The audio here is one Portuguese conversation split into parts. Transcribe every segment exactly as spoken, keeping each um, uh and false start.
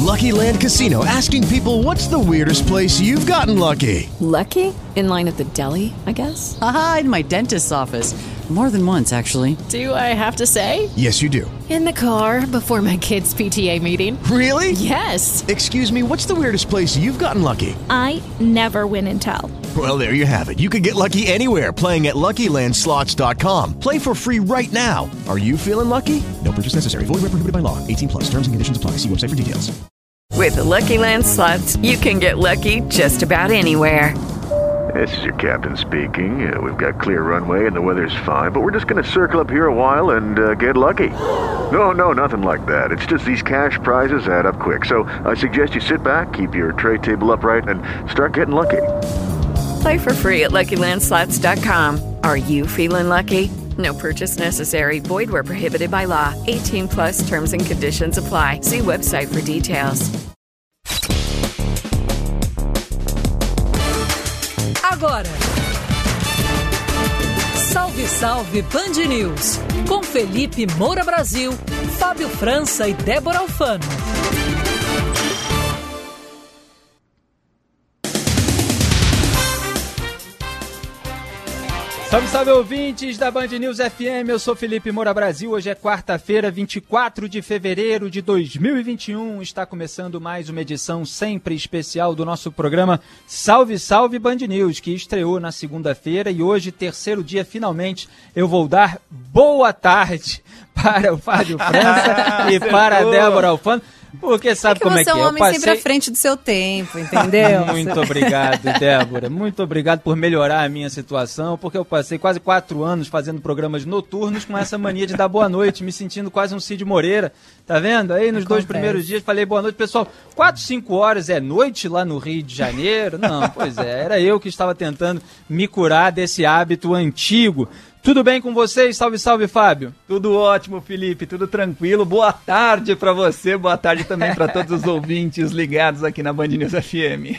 Lucky Land Casino, asking people, what's the weirdest place you've gotten lucky? Lucky? In line at the deli, I guess? Aha, in my dentist's office. More than once, actually. Do I have to say? Yes, you do. In the car before my kids' P T A meeting. Really? Yes. Excuse me, what's the weirdest place you've gotten lucky? I never win and tell. Well, there you have it. You can get lucky anywhere, playing at Lucky Land Slots dot com. Play for free right now. Are you feeling lucky? No purchase necessary. Void where prohibited by law. eighteen plus. Terms and conditions apply. See website for details. With the Lucky Land Slots, you can get lucky just about anywhere. This is your captain speaking. Uh, we've got clear runway and the weather's fine, but we're just going to circle up here a while and uh, get lucky. No, no, nothing like that. It's just these cash prizes add up quick. So I suggest you sit back, keep your tray table upright, and start getting lucky. Play for free at Lucky Land Slots dot com. Are you feeling lucky? No purchase necessary. Void where prohibited by law. eighteen plus terms and conditions apply. See website for details. Agora, Salve, Salve Band News, com Felipe Moura Brasil, Fábio França e Débora Alfano. Salve, salve ouvintes da Band News F M, eu sou Felipe Moura Brasil, hoje é quarta-feira, vinte e quatro de fevereiro de dois mil e vinte e um, está começando mais uma edição sempre especial do nosso programa Salve, Salve Band News, que estreou na segunda-feira e hoje, terceiro dia, finalmente, eu vou dar boa tarde para o Fábio França e para a Débora Alfano. Porque sabe é que como é que é? Você é um homem passei... sempre à frente do seu tempo, entendeu? Muito obrigado, Débora. Muito obrigado por melhorar a minha situação, porque eu passei quase quatro anos fazendo programas noturnos com essa mania de dar boa noite, me sentindo quase um Cid Moreira. Tá vendo? Aí nos Acontece. dois primeiros dias falei boa noite, pessoal. Quatro, cinco horas é noite lá no Rio de Janeiro? Não, pois é, era eu que estava tentando me curar desse hábito antigo. Tudo bem com vocês? Salve, salve, Fábio. Tudo ótimo, Felipe, tudo tranquilo. Boa tarde para você, boa tarde também para todos os ouvintes ligados aqui na Band News F M.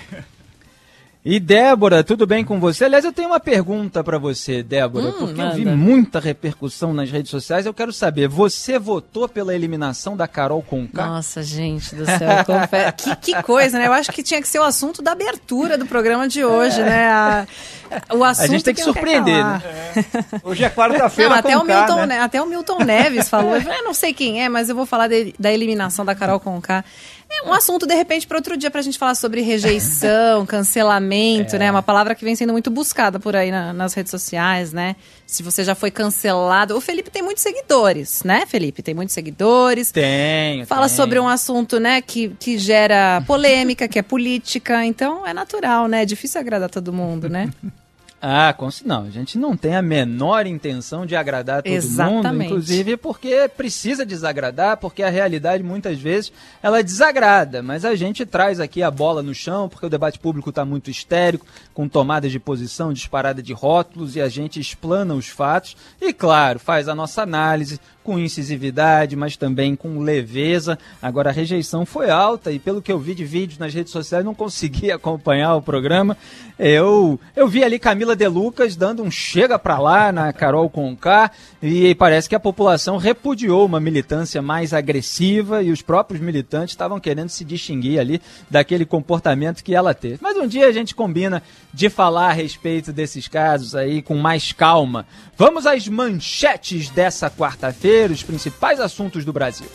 E Débora, tudo bem com você? Aliás, eu tenho uma pergunta para você, Débora, hum, porque nada. eu vi muita repercussão nas redes sociais. Eu quero saber, você votou pela eliminação da Carol Conká? Nossa, gente do céu, confere... que, que coisa, né? Eu acho que tinha que ser o assunto da abertura do programa de hoje, é. né? A, o assunto a gente tem que, que surpreender, né? É. Hoje é quarta-feira, não, até, Conká, o Milton, né? até o Milton Neves falou, eu não sei quem é, mas eu vou falar de, da eliminação da Carol Conká. É um assunto, de repente, para outro dia, para a gente falar sobre rejeição, cancelamento, é. né? Uma palavra que vem sendo muito buscada por aí na, nas redes sociais, né? Se você já foi cancelado. O Felipe tem muitos seguidores, né, Felipe? Tem muitos seguidores. Tem. Fala tem. sobre um assunto, né, que, que gera polêmica, que é política. Então, é natural, né? É difícil agradar todo mundo, né? Ah, não, a gente não tem a menor intenção de agradar todo Exatamente. mundo, inclusive porque precisa desagradar, porque a realidade muitas vezes ela desagrada, mas a gente traz aqui a bola no chão, porque o debate público está muito histérico, com tomadas de posição, disparada de rótulos, e a gente explana os fatos e, claro, faz a nossa análise com incisividade, mas também com leveza. Agora, a rejeição foi alta e, pelo que eu vi de vídeos nas redes sociais, não consegui acompanhar o programa. Eu, eu vi ali Camila De Lucas dando um chega pra lá na Carol Conká e parece que a população repudiou uma militância mais agressiva e os próprios militantes estavam querendo se distinguir ali daquele comportamento que ela teve. Mas um dia a gente combina de falar a respeito desses casos aí com mais calma. Vamos às manchetes dessa quarta-feira, os principais assuntos do Brasil.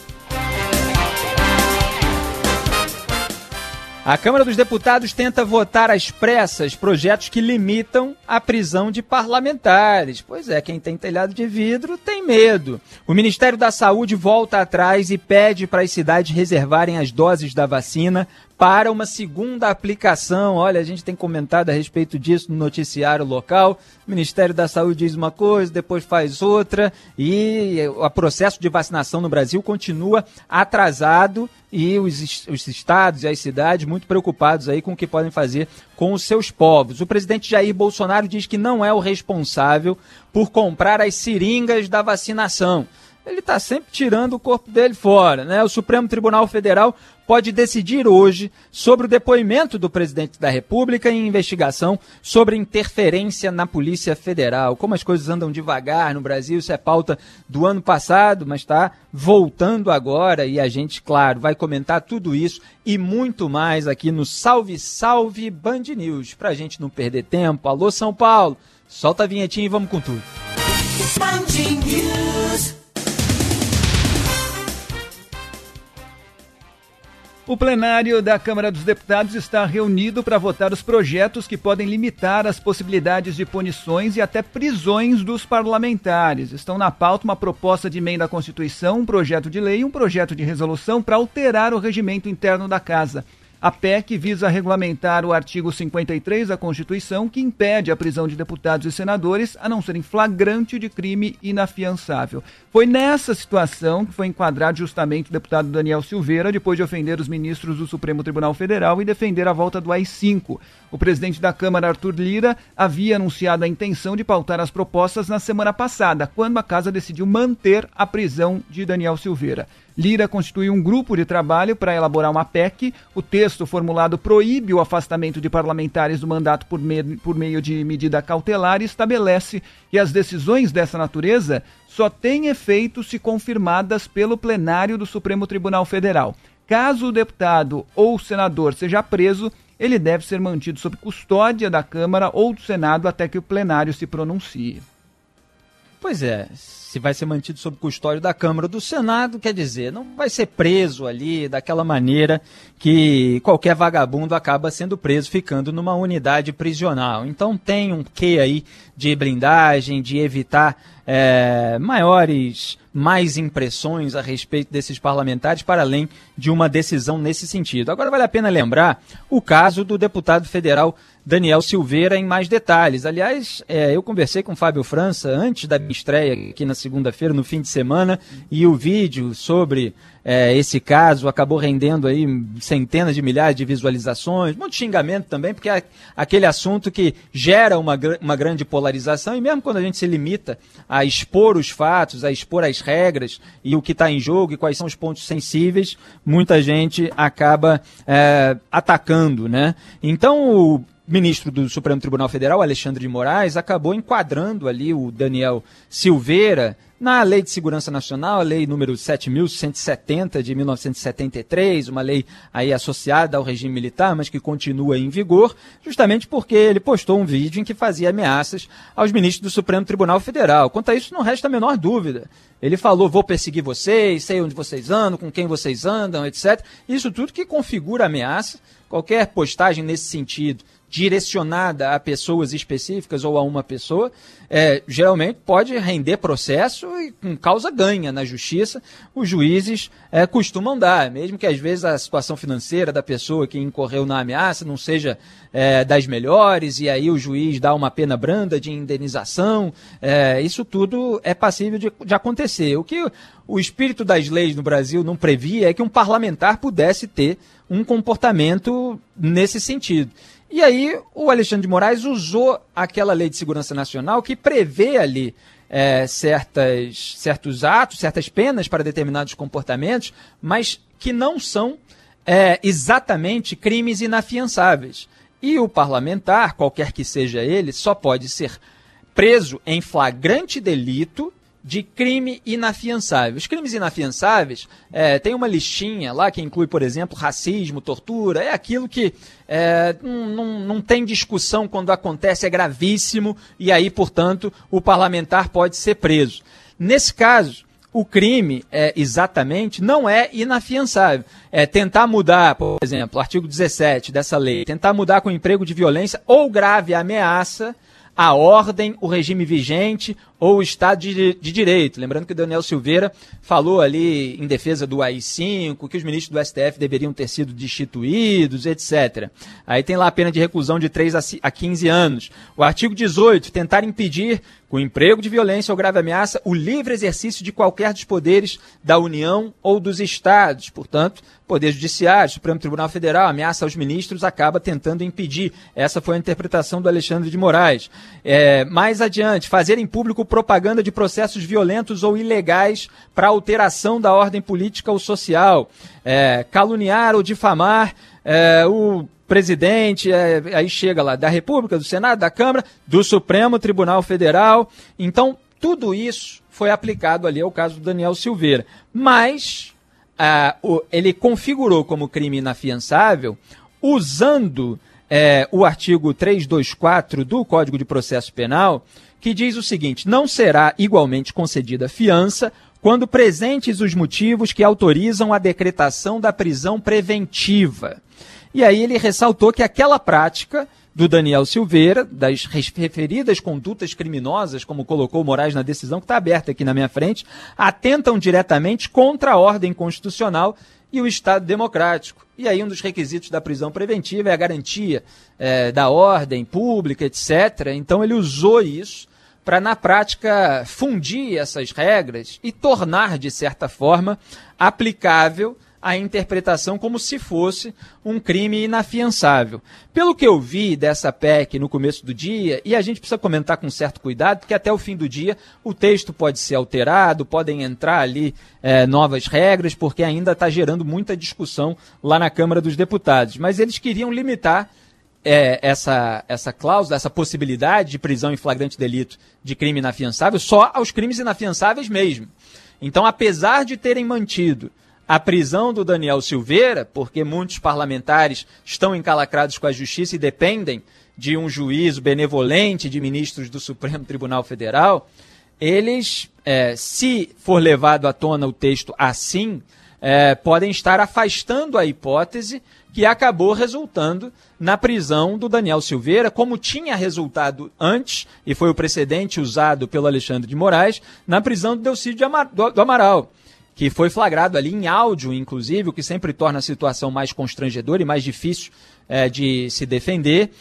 A Câmara dos Deputados tenta votar às pressas projetos que limitam a prisão de parlamentares. Pois é, quem tem telhado de vidro tem medo. O Ministério da Saúde volta atrás e pede para as cidades reservarem as doses da vacina para uma segunda aplicação. Olha, a gente tem comentado a respeito disso no noticiário local. O Ministério da Saúde diz uma coisa, depois faz outra, e o processo de vacinação no Brasil continua atrasado e os, os estados e as cidades muito preocupados aí com o que podem fazer com os seus povos. O presidente Jair Bolsonaro diz que não é o responsável por comprar as seringas da vacinação. ele está sempre tirando o corpo dele fora, né? O Supremo Tribunal Federal pode decidir hoje sobre o depoimento do presidente da República em investigação sobre interferência na Polícia Federal. Como as coisas andam devagar no Brasil, isso é pauta do ano passado, mas está voltando agora e a gente, claro, vai comentar tudo isso e muito mais aqui no Salve, Salve Band News. Pra gente não perder tempo, alô São Paulo, solta a vinhetinha e vamos com tudo. Band News. O plenário da Câmara dos Deputados está reunido para votar os projetos que podem limitar as possibilidades de punições e até prisões dos parlamentares. Estão na pauta uma proposta de emenda à Constituição, um projeto de lei e um projeto de resolução para alterar o regimento interno da Casa. A P E C visa regulamentar o artigo cinquenta e três da Constituição, que impede a prisão de deputados e senadores, a não ser em flagrante de crime inafiançável. Foi nessa situação que foi enquadrado justamente o deputado Daniel Silveira, depois de ofender os ministros do Supremo Tribunal Federal e defender a volta do A I cinco. O presidente da Câmara, Arthur Lira, havia anunciado a intenção de pautar as propostas na semana passada, quando a Casa decidiu manter a prisão de Daniel Silveira. Lira constituiu um grupo de trabalho para elaborar uma P E C. O texto formulado proíbe o afastamento de parlamentares do mandato por, me- por meio de medida cautelar e estabelece que as decisões dessa natureza só têm efeito se confirmadas pelo plenário do Supremo Tribunal Federal. Caso o deputado ou senador seja preso, ele deve ser mantido sob custódia da Câmara ou do Senado até que o plenário se pronuncie. Pois é, se vai ser mantido sob custódia da Câmara ou do Senado, quer dizer, não vai ser preso ali daquela maneira que qualquer vagabundo acaba sendo preso, ficando numa unidade prisional. Então tem um quê aí de blindagem, de evitar é, maiores, mais impressões a respeito desses parlamentares, para além de uma decisão nesse sentido. Agora vale a pena lembrar o caso do deputado federal Daniel Silveira em mais detalhes. Aliás, é, eu conversei com o Fábio França antes da minha estreia aqui na segunda-feira, no fim de semana, e o vídeo sobre é, esse caso acabou rendendo aí centenas de milhares de visualizações, muito xingamento também, porque é aquele assunto que gera uma, uma grande polarização, e mesmo quando a gente se limita a expor os fatos, a expor as regras e o que está em jogo e quais são os pontos sensíveis, muita gente acaba é, atacando, né? Então, o ministro do Supremo Tribunal Federal, Alexandre de Moraes, acabou enquadrando ali o Daniel Silveira na Lei de Segurança Nacional, a Lei número sete mil cento e setenta de mil novecentos e setenta e três, uma lei aí associada ao regime militar, mas que continua em vigor, justamente porque ele postou um vídeo em que fazia ameaças aos ministros do Supremo Tribunal Federal. Quanto a isso, não resta a menor dúvida. Ele falou, vou perseguir vocês, sei onde vocês andam, com quem vocês andam, etcétera. Isso tudo que configura ameaça. Qualquer postagem nesse sentido, direcionada a pessoas específicas ou a uma pessoa, é, geralmente pode render processo e com causa ganha na justiça. Os juízes é, costumam dar, mesmo que às vezes a situação financeira da pessoa que incorreu na ameaça não seja é, das melhores, e aí o juiz dá uma pena branda de indenização. É, isso tudo é passível de, de acontecer. O que o espírito das leis no Brasil não previa é que um parlamentar pudesse ter um comportamento nesse sentido. E aí o Alexandre de Moraes usou aquela Lei de Segurança Nacional que prevê ali é, certas, certos atos, certas penas para determinados comportamentos, mas que não são é, exatamente crimes inafiançáveis. E o parlamentar, qualquer que seja ele, só pode ser preso em flagrante delito de crime inafiançável. Os crimes inafiançáveis, é, tem uma listinha lá que inclui, por exemplo, racismo, tortura, é aquilo que é, não, não tem discussão quando acontece, é gravíssimo, e aí, portanto, o parlamentar pode ser preso. Nesse caso, o crime, é, exatamente, não é inafiançável. É tentar mudar, por exemplo, o artigo dezessete dessa lei, tentar mudar com emprego de violência ou grave ameaça a ordem, o regime vigente ou o Estado de, de Direito. Lembrando que o Daniel Silveira falou ali em defesa do A I cinco, que os ministros do S T F deveriam ter sido destituídos, etcétera. Aí tem lá a pena de reclusão de três a quinze anos. O artigo dezoito, tentar impedir, com emprego de violência ou grave ameaça, o livre exercício de qualquer dos poderes da União ou dos Estados. Portanto, Poder Judiciário, Supremo Tribunal Federal, ameaça aos ministros, acaba tentando impedir. Essa foi a interpretação do Alexandre de Moraes. É, mais adiante, fazer em público propaganda de processos violentos ou ilegais para alteração da ordem política ou social, é, caluniar ou difamar é, o presidente, é, aí chega lá, da República, do Senado, da Câmara, do Supremo Tribunal Federal. Então, tudo isso foi aplicado ali ao caso do Daniel Silveira. Mas ah, o, ele configurou como crime inafiançável usando é, o artigo trezentos e vinte e quatro do Código de Processo Penal, que diz o seguinte: não será igualmente concedida fiança quando presentes os motivos que autorizam a decretação da prisão preventiva. E aí ele ressaltou que aquela prática do Daniel Silveira, das referidas condutas criminosas, como colocou o Moraes na decisão, que está aberta aqui na minha frente, atentam diretamente contra a ordem constitucional e o Estado democrático. E aí um dos requisitos da prisão preventiva é a garantia é, da ordem pública, etcétera. Então ele usou isso para, na prática, fundir essas regras e tornar, de certa forma, aplicável a interpretação como se fosse um crime inafiançável. Pelo que eu vi dessa P E C no começo do dia, e a gente precisa comentar com certo cuidado, porque até o fim do dia o texto pode ser alterado, podem entrar ali é, novas regras, porque ainda está gerando muita discussão lá na Câmara dos Deputados. Mas eles queriam limitar é, essa, essa cláusula, essa possibilidade de prisão em flagrante delito de crime inafiançável só aos crimes inafiançáveis mesmo. Então, apesar de terem mantido a prisão do Daniel Silveira, porque muitos parlamentares estão encalacrados com a justiça e dependem de um juízo benevolente de ministros do Supremo Tribunal Federal, eles, é, se for levado à tona o texto assim, é, podem estar afastando a hipótese que acabou resultando na prisão do Daniel Silveira, como tinha resultado antes, e foi o precedente usado pelo Alexandre de Moraes, na prisão do Delcídio do Amaral, que foi flagrado ali em áudio, inclusive, o que sempre torna a situação mais constrangedora e mais difícil é, de se defender,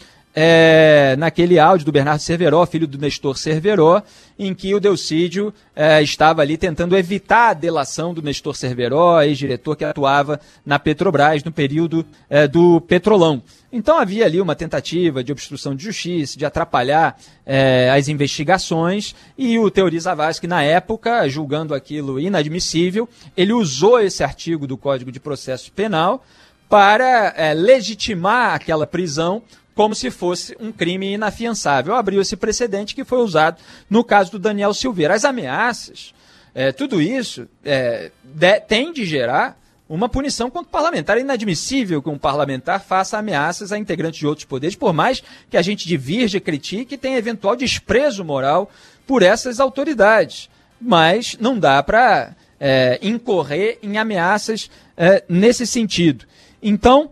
é, naquele áudio do Bernardo Cerveró, filho do Nestor Cerveró, em que o Delcídio é, estava ali tentando evitar a delação do Nestor Cerveró, ex-diretor que atuava na Petrobras no período é, do Petrolão. Então havia ali uma tentativa de obstrução de justiça, de atrapalhar é, as investigações, e o Teori Zavascki, na época, julgando aquilo inadmissível, ele usou esse artigo do Código de Processo Penal para é, legitimar aquela prisão como se fosse um crime inafiançável. Abriu esse precedente que foi usado no caso do Daniel Silveira. As ameaças, é, tudo isso é, de, tem de gerar uma punição contra o parlamentar. É inadmissível que um parlamentar faça ameaças a integrantes de outros poderes, por mais que a gente divirja, critique e tenha eventual desprezo moral por essas autoridades. Mas não dá para é, incorrer em ameaças é, nesse sentido. Então,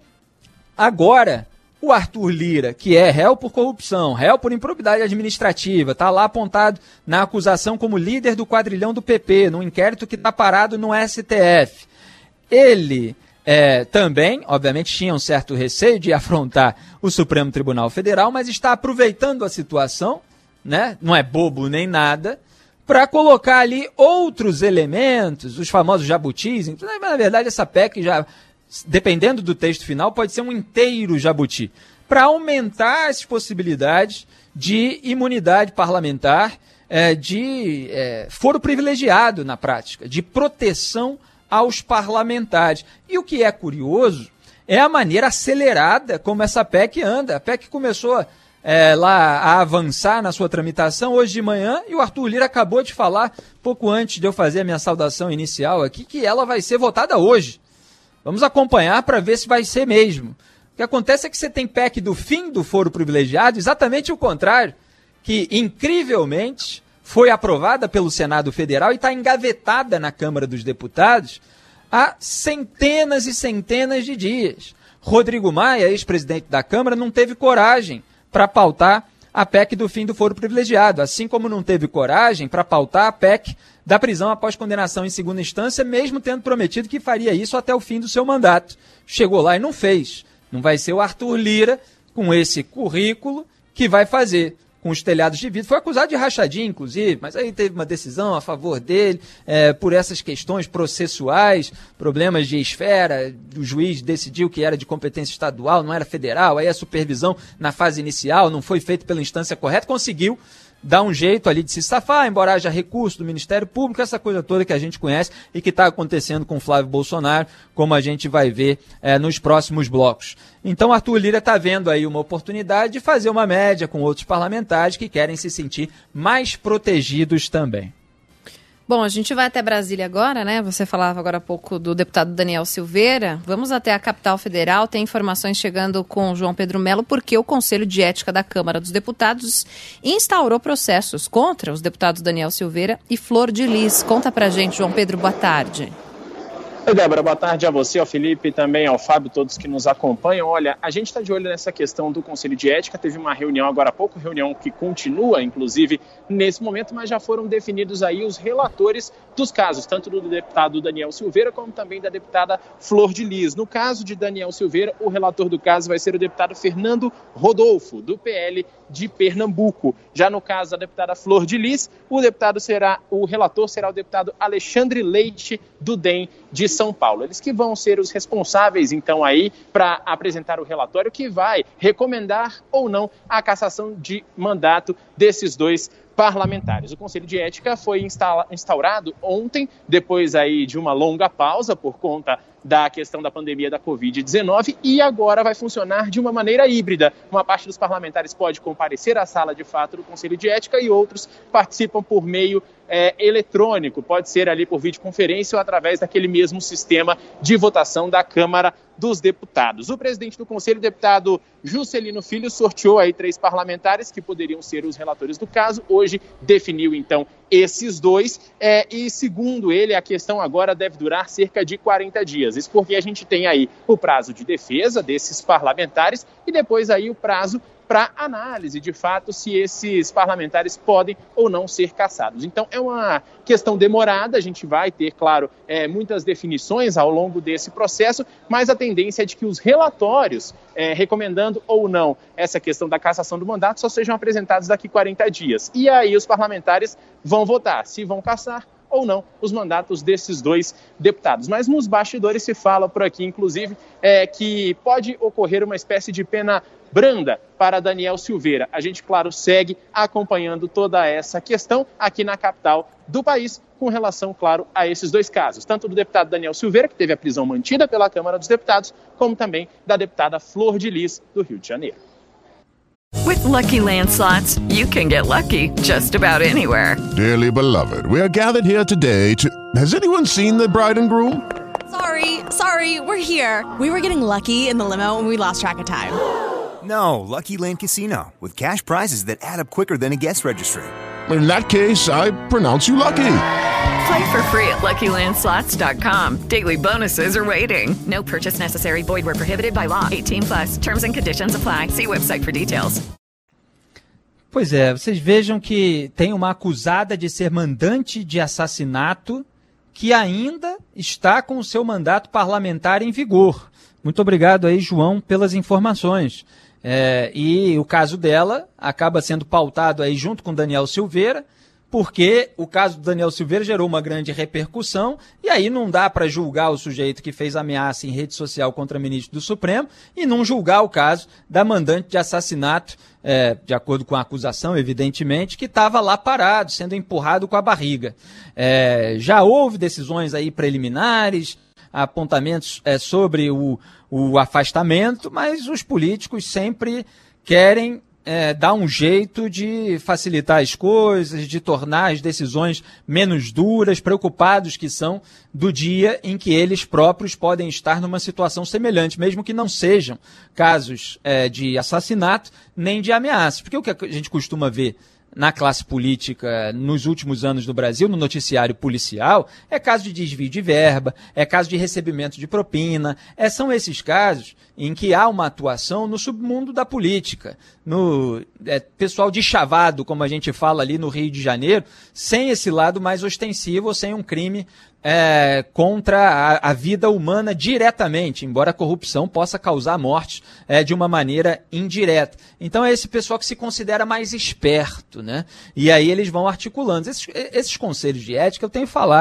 agora, o Arthur Lira, que é réu por corrupção, réu por improbidade administrativa, está lá apontado na acusação como líder do quadrilhão do P P, num inquérito que está parado no S T F. Ele é, também, obviamente, tinha um certo receio de afrontar o Supremo Tribunal Federal, mas está aproveitando a situação, né? Não é bobo nem nada, para colocar ali outros elementos, os famosos jabutis. Na verdade, essa P E C já, dependendo do texto final, pode ser um inteiro jabuti, para aumentar as possibilidades de imunidade parlamentar, é, de é, foro privilegiado na prática, de proteção aos parlamentares. E o que é curioso é a maneira acelerada como essa P E C anda. A P E C começou é, lá a avançar na sua tramitação hoje de manhã, e o Arthur Lira acabou de falar, pouco antes de eu fazer a minha saudação inicial aqui, que ela vai ser votada hoje. Vamos acompanhar para ver se vai ser mesmo. O que acontece é que você tem P E C do fim do foro privilegiado, exatamente o contrário, que incrivelmente foi aprovada pelo Senado Federal e está engavetada na Câmara dos Deputados há centenas e centenas de dias. Rodrigo Maia, ex-presidente da Câmara, não teve coragem para pautar a P E C do fim do foro privilegiado, assim como não teve coragem para pautar a P E C da prisão após condenação em segunda instância, mesmo tendo prometido que faria isso até o fim do seu mandato. Chegou lá e não fez. Não vai ser o Arthur Lira, com esse currículo, que vai fazer com os telhados de vidro. Foi acusado de rachadinha, inclusive, mas aí teve uma decisão a favor dele, é, por essas questões processuais, problemas de esfera, o juiz decidiu que era de competência estadual, não era federal, aí a supervisão na fase inicial não foi feita pela instância correta, conseguiu dá um jeito ali de se safar, embora haja recurso do Ministério Público, essa coisa toda que a gente conhece e que está acontecendo com o Flávio Bolsonaro, como a gente vai ver é, nos próximos blocos. Então Arthur Lira está vendo aí uma oportunidade de fazer uma média com outros parlamentares que querem se sentir mais protegidos também. Bom, a gente vai até Brasília agora, né? Você falava agora há pouco do deputado Daniel Silveira. Vamos até a capital federal. Tem informações chegando com o João Pedro Melo, porque o Conselho de Ética da Câmara dos Deputados instaurou processos contra os deputados Daniel Silveira e Flor de Lis. Conta pra gente, João Pedro, boa tarde. Oi, Débora, boa tarde a você, ao Felipe e também ao Fábio, todos que nos acompanham. Olha, a gente está de olho nessa questão do Conselho de Ética, teve uma reunião agora há pouco, reunião que continua, inclusive, nesse momento, mas já foram definidos aí os relatores dos casos, tanto do deputado Daniel Silveira, como também da deputada Flor de Lis. No caso de Daniel Silveira, o relator do caso vai ser o deputado Fernando Rodolfo, do P L de Pernambuco. Já no caso da deputada Flor de Lis, o deputado será, o relator será o deputado Alexandre Leite, do D E M de São Paulo. Eles que vão ser os responsáveis, então, aí, para apresentar o relatório que vai recomendar ou não a cassação de mandato desses dois parlamentares. O Conselho de Ética foi instaurado ontem, depois aí de uma longa pausa por conta da questão da pandemia da covid dezenove, e agora vai funcionar de uma maneira híbrida. Uma parte dos parlamentares pode comparecer à sala de fato do Conselho de Ética e outros participam por meio é, eletrônico, pode ser ali por videoconferência ou através daquele mesmo sistema de votação da Câmara dos Deputados. O presidente do Conselho, deputado Juscelino Filho, sorteou aí três parlamentares que poderiam ser os relatores do caso. Hoje definiu, então, esses dois. É, e, segundo ele, a questão agora deve durar cerca de quarenta dias. Isso porque a gente tem aí o prazo de defesa desses parlamentares e depois aí o prazo para análise, de fato, se esses parlamentares podem ou não ser cassados. Então, é uma questão demorada, a gente vai ter, claro, é, muitas definições ao longo desse processo, mas a tendência é de que os relatórios, é, recomendando ou não essa questão da cassação do mandato, só sejam apresentados daqui a quarenta dias. E aí os parlamentares vão votar se vão cassar ou não os mandatos desses dois deputados. Mas nos bastidores se fala por aqui, inclusive, é, que pode ocorrer uma espécie de pena branda para Daniel Silveira. A gente, claro, segue acompanhando toda essa questão aqui na capital do país, com relação, claro, a esses dois casos, tanto do deputado Daniel Silveira, que teve a prisão mantida pela Câmara dos Deputados, como também da deputada Flor de Lis, do Rio de Janeiro. With Lucky Land Slots, you can get lucky just about anywhere. Dearly beloved, we are gathered here today to... Has anyone seen the bride and groom? Sorry, sorry, we're here. We were getting lucky in the limo and we lost track of time. No, Lucky Land Casino, with cash prizes that add up quicker than a guest registry. In that case, I pronounce you lucky. Play for free at lucky land slots dot com. Daily bonuses are waiting. No purchase necessary. Void where prohibited by law. eighteen plus. Terms and conditions apply. See website for details. Pois é, vocês vejam que tem uma acusada de ser mandante de assassinato que ainda está com o seu mandato parlamentar em vigor. Muito obrigado aí, João, pelas informações. É, e o caso dela acaba sendo pautado aí junto com Daniel Silveira, porque o caso do Daniel Silveira gerou uma grande repercussão, e aí não dá para julgar o sujeito que fez ameaça em rede social contra ministro do Supremo e não julgar o caso da mandante de assassinato, é, de acordo com a acusação, evidentemente, que estava lá parado, sendo empurrado com a barriga. É, já houve decisões aí preliminares, apontamentos é, sobre o, o afastamento, mas os políticos sempre querem é, dar um jeito de facilitar as coisas, de tornar as decisões menos duras, preocupados que são do dia em que eles próprios podem estar numa situação semelhante, mesmo que não sejam casos é, de assassinato nem de ameaça. Porque o que a gente costuma ver na classe política nos últimos anos do Brasil, no noticiário policial, é caso de desvio de verba, é caso de recebimento de propina, é, são esses casos em que há uma atuação no submundo da política, no é, pessoal de chavado, como a gente fala ali no Rio de Janeiro, sem esse lado mais ostensivo, sem um crime É, contra a, a vida humana diretamente, embora a corrupção possa causar morte é, de uma maneira indireta. Então é esse pessoal que se considera mais esperto, né? E aí eles vão articulando. Esses, esses conselhos de ética, eu tenho falado,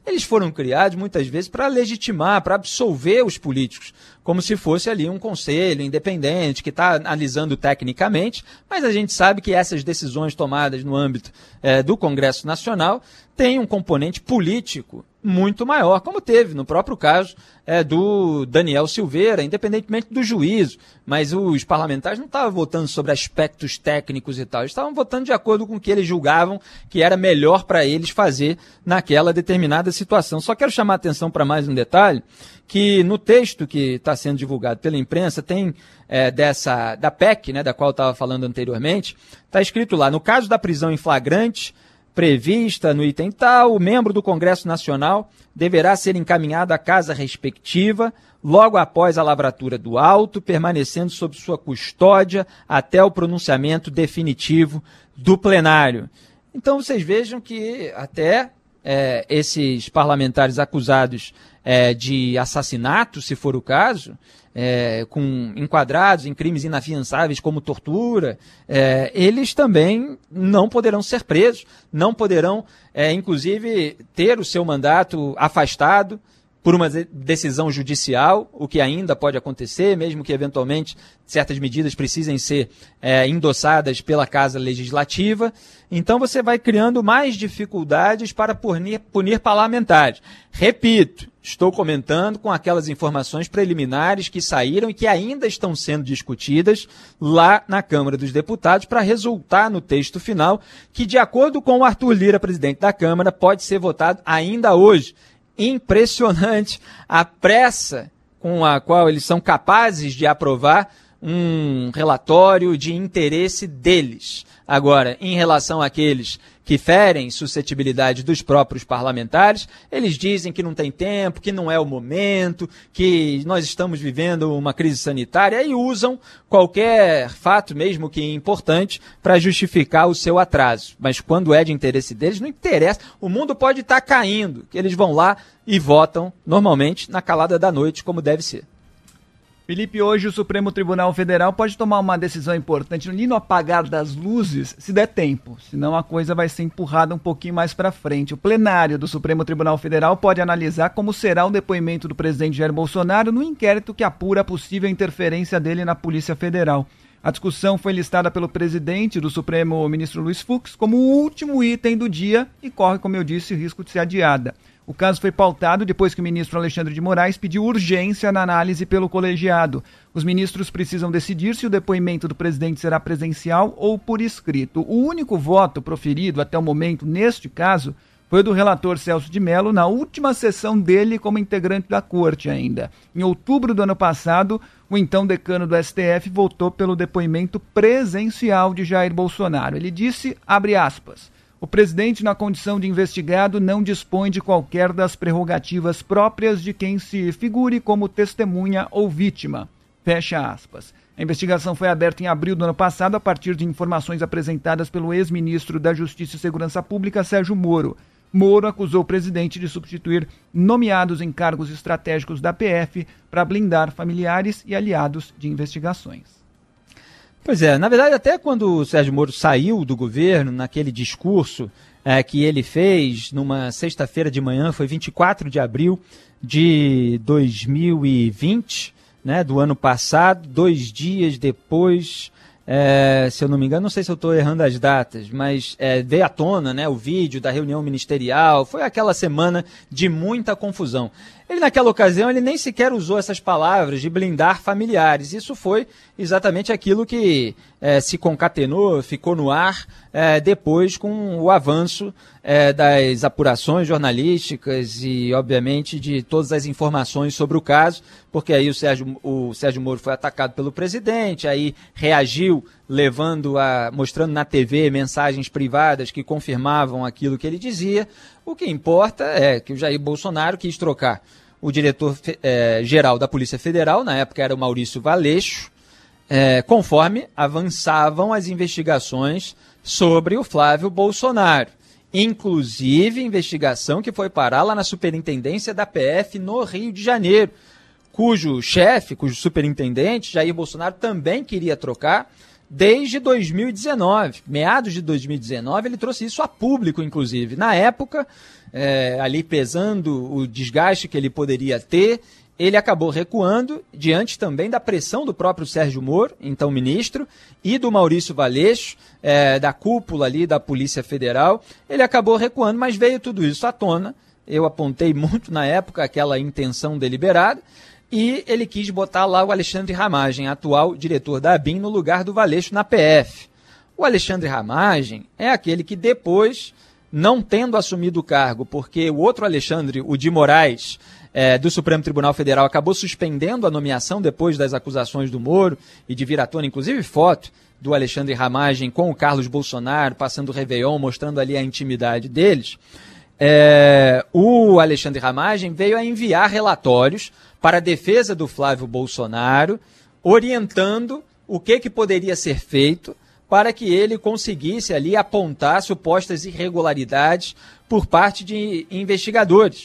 eles foram criados muitas vezes para legitimar, para absolver os políticos, como se fosse ali um conselho independente que está analisando tecnicamente, mas a gente sabe que essas decisões tomadas no âmbito é, do Congresso Nacional têm um componente político muito maior, como teve no próprio caso é, do Daniel Silveira, independentemente do juízo, mas os parlamentares não estavam votando sobre aspectos técnicos e tal, eles estavam votando de acordo com o que eles julgavam que era melhor para eles fazer naquela determinada situação. Só quero chamar a atenção para mais um detalhe, que no texto que está sendo divulgado pela imprensa tem é, dessa, da P E C, né, da qual eu estava falando anteriormente, está escrito lá, no caso da prisão em flagrante, prevista no item tal, o membro do Congresso Nacional deverá ser encaminhado à casa respectiva logo após a lavratura do auto, permanecendo sob sua custódia até o pronunciamento definitivo do plenário. Então vocês vejam que até é, esses parlamentares acusados é, de assassinato, se for o caso, É, com enquadrados em crimes inafiançáveis como tortura, é, eles também não poderão ser presos, não poderão, é, inclusive, ter o seu mandato afastado por uma decisão judicial, o que ainda pode acontecer, mesmo que eventualmente certas medidas precisem ser é, endossadas pela Casa Legislativa. Então você vai criando mais dificuldades para punir, punir parlamentares. Repito, estou comentando com aquelas informações preliminares que saíram e que ainda estão sendo discutidas lá na Câmara dos Deputados para resultar no texto final, que, de acordo com o Arthur Lira, presidente da Câmara, pode ser votado ainda hoje. Impressionante a pressa com a qual eles são capazes de aprovar um relatório de interesse deles. Agora, em relação àqueles que ferem suscetibilidade dos próprios parlamentares, eles dizem que não tem tempo, que não é o momento, que nós estamos vivendo uma crise sanitária e usam qualquer fato, mesmo que importante, para justificar o seu atraso. Mas quando é de interesse deles, não interessa. O mundo pode estar caindo, que eles vão lá e votam, normalmente, na calada da noite, como deve ser. Felipe, hoje o Supremo Tribunal Federal pode tomar uma decisão importante ali no apagar das luzes, se der tempo, senão a coisa vai ser empurrada um pouquinho mais para frente. O plenário do Supremo Tribunal Federal pode analisar como será o depoimento do presidente Jair Bolsonaro no inquérito que apura a possível interferência dele na Polícia Federal. A discussão foi listada pelo presidente do Supremo, o ministro Luiz Fux, como o último item do dia e corre, como eu disse, o risco de ser adiada. O caso foi pautado depois que o ministro Alexandre de Moraes pediu urgência na análise pelo colegiado. Os ministros precisam decidir se o depoimento do presidente será presencial ou por escrito. O único voto proferido até o momento, neste caso, foi o do relator Celso de Mello na última sessão dele como integrante da corte ainda. Em outubro do ano passado, o então decano do S T F votou pelo depoimento presencial de Jair Bolsonaro. Ele disse, abre aspas, o presidente, na condição de investigado, não dispõe de qualquer das prerrogativas próprias de quem se figure como testemunha ou vítima. Fecha aspas. A investigação foi aberta em abril do ano passado a partir de informações apresentadas pelo ex-ministro da Justiça e Segurança Pública, Sérgio Moro. Moro acusou o presidente de substituir nomeados em cargos estratégicos da P F para blindar familiares e aliados de investigações. Pois é, na verdade até quando o Sérgio Moro saiu do governo, naquele discurso é, que ele fez numa sexta-feira de manhã, foi vinte e quatro de abril de dois mil e vinte, né, do ano passado, dois dias depois, é, se eu não me engano, não sei se eu estou errando as datas, mas é, veio à tona, né, o vídeo da reunião ministerial, foi aquela semana de muita confusão. Ele, naquela ocasião, ele nem sequer usou essas palavras de blindar familiares. Isso foi exatamente aquilo que é, se concatenou, ficou no ar é, depois com o avanço é, das apurações jornalísticas e, obviamente, de todas as informações sobre o caso, porque aí o Sérgio, o Sérgio Moro foi atacado pelo presidente, aí reagiu levando a, mostrando na T V mensagens privadas que confirmavam aquilo que ele dizia. O que importa é que o Jair Bolsonaro quis trocar o diretor-geral é, da Polícia Federal, na época era o Maurício Valeixo, é, conforme avançavam as investigações sobre o Flávio Bolsonaro. Inclusive investigação que foi parar lá na Superintendência da P F no Rio de Janeiro, cujo chefe, cujo superintendente, Jair Bolsonaro, também queria trocar desde dois mil e dezenove. Meados de dois mil e dezenove, ele trouxe isso a público, inclusive. Na época, é, ali pesando o desgaste que ele poderia ter, ele acabou recuando diante também da pressão do próprio Sérgio Moro, então ministro, e do Maurício Valeixo, é, da cúpula ali da Polícia Federal. Ele acabou recuando, mas veio tudo isso à tona. Eu apontei muito na época aquela intenção deliberada, e ele quis botar lá o Alexandre Ramagem, atual diretor da ABIN, no lugar do Valeixo na P F. O Alexandre Ramagem é aquele que depois, não tendo assumido o cargo, porque o outro Alexandre, o de Moraes, é, do Supremo Tribunal Federal, acabou suspendendo a nomeação depois das acusações do Moro e de vir à tona, inclusive, foto do Alexandre Ramagem com o Carlos Bolsonaro, passando o Réveillon, mostrando ali a intimidade deles. É, o Alexandre Ramagem veio a enviar relatórios para a defesa do Flávio Bolsonaro, orientando o que, que poderia ser feito para que ele conseguisse ali apontar supostas irregularidades por parte de investigadores.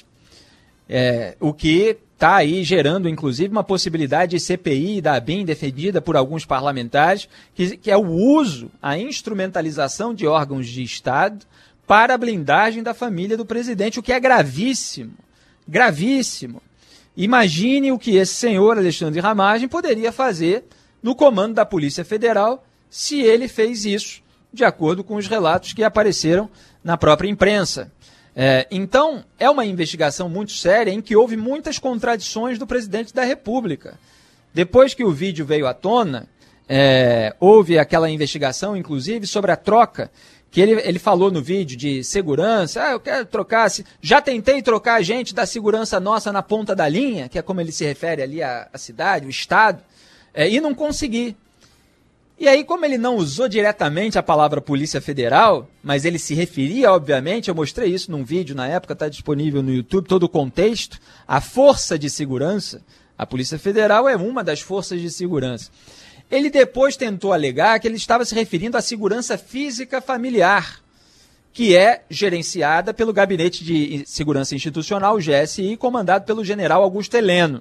É, o que está aí gerando, inclusive, uma possibilidade de C P I da ABIN defendida por alguns parlamentares, que, que é o uso, a instrumentalização de órgãos de Estado para a blindagem da família do presidente, o que é gravíssimo, gravíssimo. Imagine o que esse senhor Alexandre Ramagem poderia fazer no comando da Polícia Federal se ele fez isso, de acordo com os relatos que apareceram na própria imprensa. É, então, é uma investigação muito séria em que houve muitas contradições do presidente da República. Depois que o vídeo veio à tona, é, houve aquela investigação, inclusive, sobre a troca que ele, ele falou no vídeo de segurança. Ah, eu quero trocar, já tentei trocar a gente da segurança nossa na ponta da linha, que é como ele se refere ali à, à cidade, o Estado, é, e não consegui. E aí, como ele não usou diretamente a palavra Polícia Federal, mas ele se referia, obviamente, eu mostrei isso num vídeo na época, está disponível no YouTube, todo o contexto, a força de segurança, a Polícia Federal é uma das forças de segurança. Ele depois tentou alegar que ele estava se referindo à segurança física familiar, que é gerenciada pelo Gabinete de Segurança Institucional, o G S I, comandado pelo general Augusto Heleno.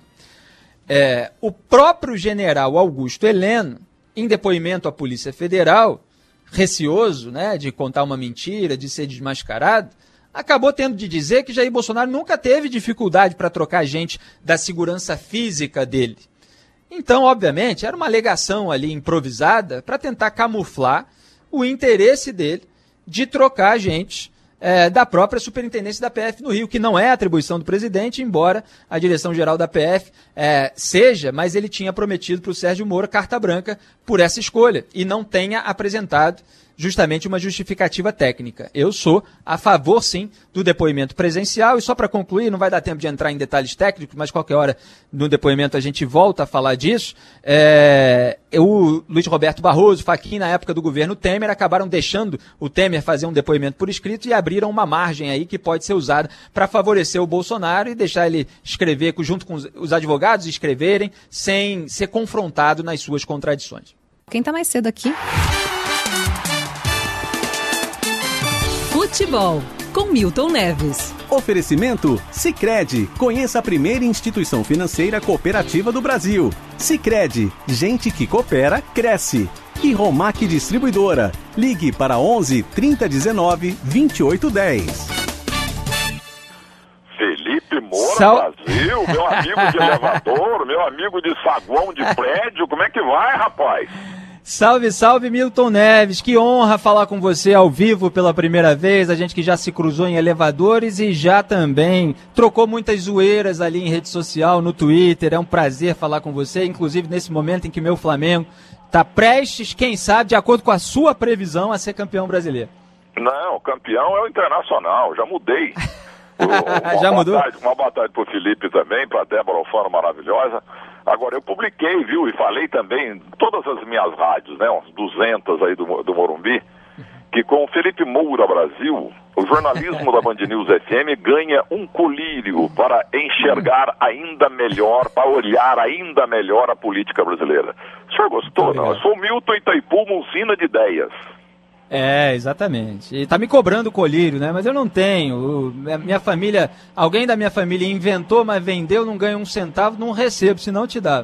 É, o próprio general Augusto Heleno, em depoimento à Polícia Federal, receoso, né, de contar uma mentira, de ser desmascarado, acabou tendo de dizer que Jair Bolsonaro nunca teve dificuldade para trocar gente da segurança física dele. Então, obviamente, era uma alegação ali improvisada para tentar camuflar o interesse dele de trocar gente é, da própria superintendência da P F no Rio, que não é atribuição do presidente, embora a direção-geral da P F é, seja, mas ele tinha prometido para o Sérgio Moro carta branca por essa escolha e não tenha apresentado justamente uma justificativa técnica. Eu sou a favor, sim, do depoimento presencial, e só para concluir, não vai dar tempo de entrar em detalhes técnicos, mas qualquer hora no depoimento a gente volta a falar disso. É, o Luiz Roberto Barroso, Fachin, na época do governo Temer, acabaram deixando o Temer fazer um depoimento por escrito e abriram uma margem aí que pode ser usada para favorecer o Bolsonaro e deixar ele escrever, junto com os advogados, escreverem, sem ser confrontado nas suas contradições. Quem está mais cedo aqui? Futebol, com Milton Neves. Oferecimento Sicredi. Conheça a primeira instituição financeira cooperativa do Brasil. Sicredi, gente que coopera, cresce. E Romac Distribuidora. Ligue para onze, trinta, dezenove, vinte e oito, dez. Felipe Moura, Sal... Brasil, meu amigo de elevador, meu amigo de saguão de prédio, como é que vai, rapaz? Salve, salve, Milton Neves, que honra falar com você ao vivo pela primeira vez, a gente que já se cruzou em elevadores e já também trocou muitas zoeiras ali em rede social, no Twitter, é um prazer falar com você, inclusive nesse momento em que meu Flamengo está prestes, quem sabe, de acordo com a sua previsão, a ser campeão brasileiro. Não, campeão é o Internacional, já mudei. Uma já mudou? Tarde, uma boa tarde para o Felipe também, para a Débora Alfano maravilhosa. Agora, eu publiquei, viu, e falei também em todas as minhas rádios, né, umas duzentas aí do, do Morumbi, que com o Felipe Moura Brasil, o jornalismo da Band News F M ganha um colírio para enxergar ainda melhor, para olhar ainda melhor a política brasileira. O senhor gostou, não? Eu sou o Milton Itaipu, uma usina de ideias. É, exatamente. E tá me cobrando o colírio, né? Mas eu não tenho. O, minha família, alguém da minha família inventou, mas vendeu, não ganha um centavo, não recebo, senão te dá.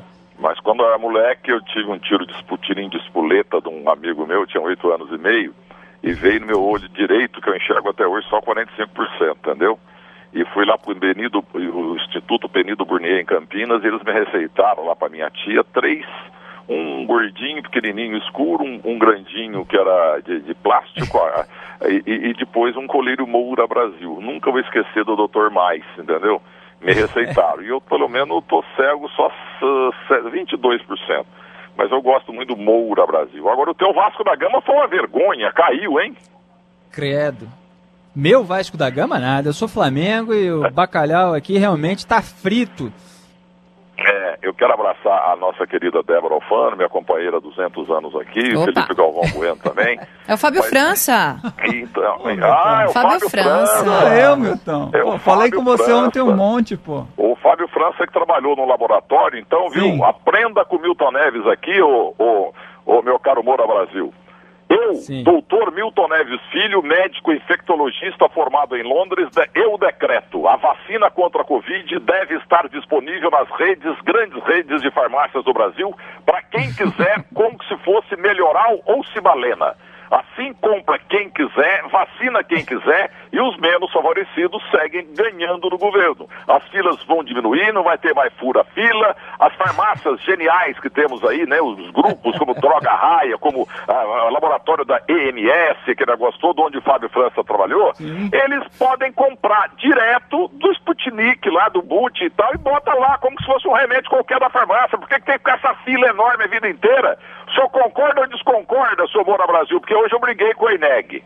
Mas quando eu era moleque, eu tive um tiro de tirinho de espoleta de um amigo meu, tinha oito anos e meio, e veio no meu olho direito, que eu enxergo até hoje, só quarenta e cinco por cento, entendeu? E fui lá pro Benido, o Instituto Benido Burnier em Campinas, e eles me receitaram lá pra minha tia três, um gordinho, pequenininho, escuro, um, um grandinho que era de, de plástico, e, e depois um colírio Moura Brasil. Nunca vou esquecer do doutor Mais, entendeu? Me receitaram. E eu, pelo menos, tô cego só vinte e dois por cento. Mas eu gosto muito do Moura Brasil. Agora, o teu Vasco da Gama foi uma vergonha, caiu, hein? Credo. Meu Vasco da Gama nada, eu sou Flamengo e o bacalhau aqui realmente tá frito. É, eu quero abraçar a nossa querida Débora Alfano, minha companheira há duzentos anos aqui, o Felipe Galvão Bueno também. É o Fábio Mas, França. Então, ah, é o Fábio, Fábio França. França. Ah, eu, Milton. É pô, falei com você França. ontem um monte, pô. O Fábio França que trabalhou no laboratório, então, Sim. viu? Aprenda com o Milton Neves aqui, o, o, o meu caro Moura Brasil. Eu, Sim. doutor Milton Neves Filho, médico infectologista formado em Londres, eu decreto, a vacina contra a Covid deve estar disponível nas redes, grandes redes de farmácias do Brasil, para quem quiser, como se fosse Melhoral ou Cibalena. Assim compra quem quiser, vacina quem quiser e os menos favorecidos seguem ganhando no governo. As filas vão diminuir, não vai ter mais fura-fila. As farmácias geniais que temos aí, né, os grupos como Droga Raia, como o laboratório da E M S, que negócio todo onde o Fábio França trabalhou, Sim. eles podem comprar direto do Sputnik lá, do But e tal, e bota lá como se fosse um remédio qualquer da farmácia. Por que tem que ficar essa fila enorme a vida inteira? O senhor concorda ou desconcorda, senhor Moura Brasil? Porque hoje eu briguei com o Eneg.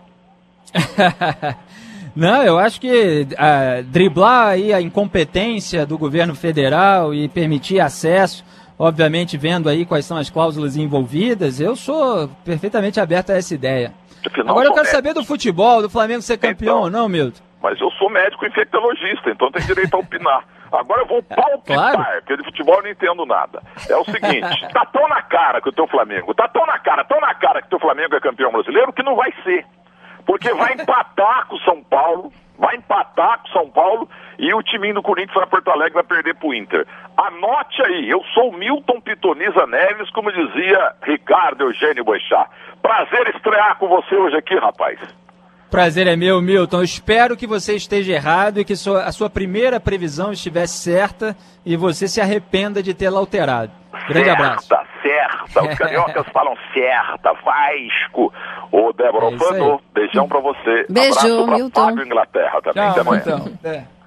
Não, eu acho que uh, driblar aí a incompetência do governo federal e permitir acesso, obviamente vendo aí quais são as cláusulas envolvidas, eu sou perfeitamente aberto a essa ideia. Afinal, Agora eu quero médico. saber do futebol, do Flamengo ser campeão ou então, não, Milton. Mas eu sou médico infectologista, então tenho direito a opinar. Agora eu vou palpitar, claro. porque de futebol eu não entendo nada. É o seguinte, tá tão na cara que o teu Flamengo, tá tão na cara, tão na cara que o teu Flamengo é campeão brasileiro que não vai ser. Porque vai empatar com o São Paulo, vai empatar com o São Paulo e o timinho do Corinthians lá Porto Alegre vai perder pro Inter. Anote aí, eu sou Milton Pitoniza Neves, como dizia Ricardo Eugênio Boechat. Prazer estrear com você hoje aqui, rapaz. Prazer é meu, Milton. Eu espero que você esteja errado e que a sua primeira previsão estivesse certa e você se arrependa de tê-la alterado. Grande certa, abraço. Certa, certa. Os cariocas falam certa. Vasco. Ô, Débora Alfano, é beijão pra você. Beijo, abraço pra Milton. Fábio Inglaterra também. Tchau, Até amanhã. Milton. É.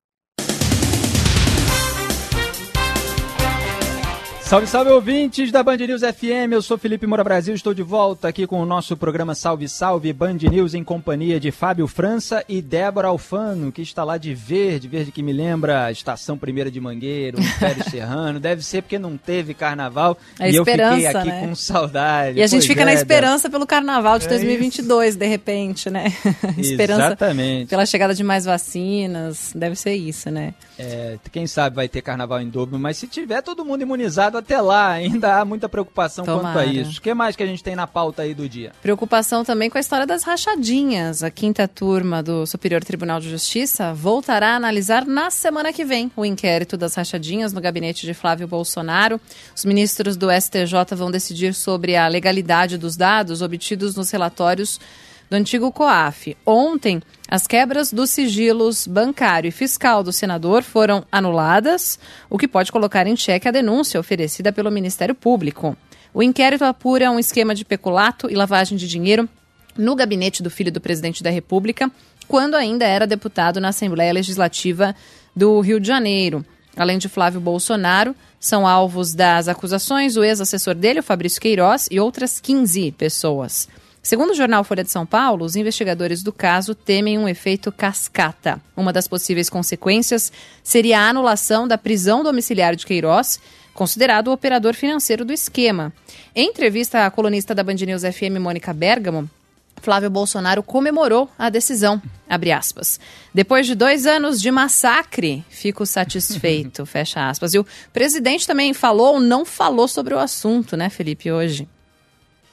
Salve, salve, ouvintes da Band News F M, eu sou Felipe Moura Brasil, estou de volta aqui com o nosso programa Salve, Salve, Band News em companhia de Fábio França e Débora Alfano, que está lá de verde, verde que me lembra a Estação Primeira de Mangueiro, o Império Serrano, deve ser porque não teve carnaval a e eu fiquei esperança, aqui né? com saudade. E a gente pois fica é, na esperança Débora. pelo carnaval de é dois mil e vinte e dois, isso. de repente, né? Esperança Exatamente. Pela chegada de mais vacinas, deve ser isso, né? É, quem sabe vai ter carnaval em dobro, mas se tiver todo mundo imunizado até lá, ainda há muita preocupação Tomara. quanto a isso. O que mais que a gente tem na pauta aí do dia? Preocupação também com a história das rachadinhas. A quinta turma do Superior Tribunal de Justiça voltará a analisar na semana que vem o inquérito das rachadinhas no gabinete de Flávio Bolsonaro. Os ministros do S T J vão decidir sobre a legalidade dos dados obtidos nos relatórios do antigo COAF. Ontem, as quebras dos sigilos bancário e fiscal do senador foram anuladas, o que pode colocar em xeque a denúncia oferecida pelo Ministério Público. O inquérito apura um esquema de peculato e lavagem de dinheiro no gabinete do filho do presidente da República, quando ainda era deputado na Assembleia Legislativa do Rio de Janeiro. Além de Flávio Bolsonaro, são alvos das acusações o ex-assessor dele, o Fabrício Queiroz, e outras quinze pessoas. Segundo o jornal Folha de São Paulo, os investigadores do caso temem um efeito cascata. Uma das possíveis consequências seria a anulação da prisão domiciliar de Queiroz, considerado o operador financeiro do esquema. Em entrevista à colunista da Band News F M, Mônica Bergamo, Flávio Bolsonaro comemorou a decisão, abre aspas. Depois de dois anos de massacre, fico satisfeito, fecha aspas. E o presidente também falou ou não falou sobre o assunto, né, Felipe, hoje?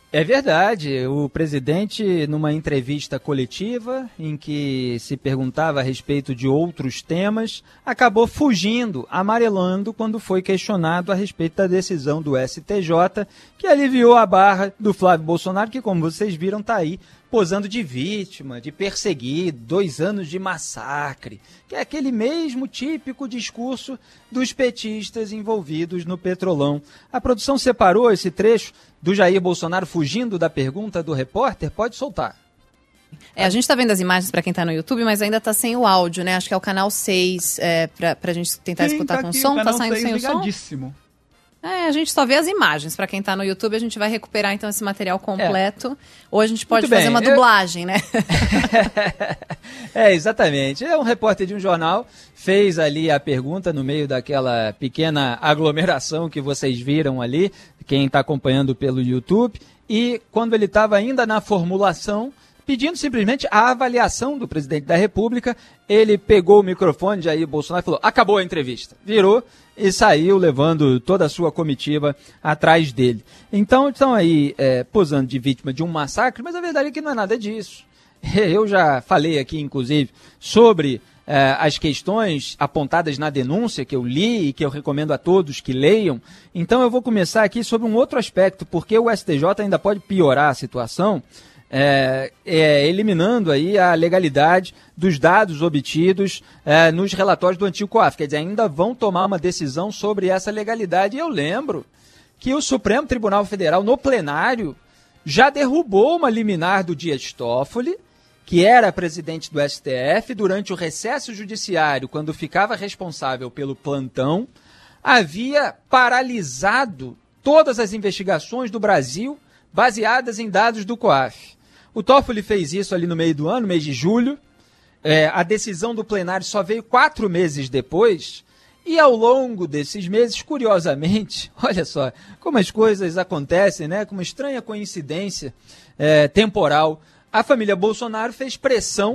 É verdade. O presidente, numa entrevista coletiva, em que se perguntava a respeito de outros temas, acabou fugindo, amarelando, quando foi questionado a respeito da decisão do S T J, que aliviou a barra do Flávio Bolsonaro, que, como vocês viram, está aí posando de vítima, de perseguido, dois anos de massacre, que é aquele mesmo típico discurso dos petistas envolvidos no Petrolão. A produção separou esse trecho do Jair Bolsonaro fugindo da pergunta do repórter? Pode soltar. É, a gente está vendo as imagens para quem está no YouTube, mas ainda está sem o áudio, né? Acho que é o canal seis, é, para a gente tentar Sim, escutar tá com aqui, som. Está saindo sem o som? É, a gente só vê as imagens. Para quem está no YouTube, a gente vai recuperar então esse material completo. É. Ou a gente pode Muito fazer bem. uma dublagem, Eu... né? É, exatamente. É um repórter de um jornal, fez ali a pergunta no meio daquela pequena aglomeração que vocês viram ali, quem está acompanhando pelo YouTube, e quando ele estava ainda na formulação, pedindo simplesmente a avaliação do presidente da República, ele pegou o microfone de Jair Bolsonaro e falou, acabou a entrevista. Virou e saiu levando toda a sua comitiva atrás dele. Então, estão aí é, posando de vítima de um massacre, mas a verdade é que não é nada disso. Eu já falei aqui, inclusive, sobre é, as questões apontadas na denúncia que eu li e que eu recomendo a todos que leiam. Então, eu vou começar aqui sobre um outro aspecto, porque o S T J ainda pode piorar a situação, É, é, eliminando aí a legalidade dos dados obtidos é, nos relatórios do antigo COAF. Quer dizer, ainda vão tomar uma decisão sobre essa legalidade. E eu lembro que o Supremo Tribunal Federal, no plenário, já derrubou uma liminar do Dias Toffoli, que era presidente do S T F, durante o recesso judiciário, quando ficava responsável pelo plantão, havia paralisado todas as investigações do Brasil baseadas em dados do COAF. O Toffoli fez isso ali no meio do ano, mês de julho. É, a decisão do plenário só veio quatro meses depois. E ao longo desses meses, curiosamente, olha só como as coisas acontecem, né? Com uma estranha coincidência é, temporal, a família Bolsonaro fez pressão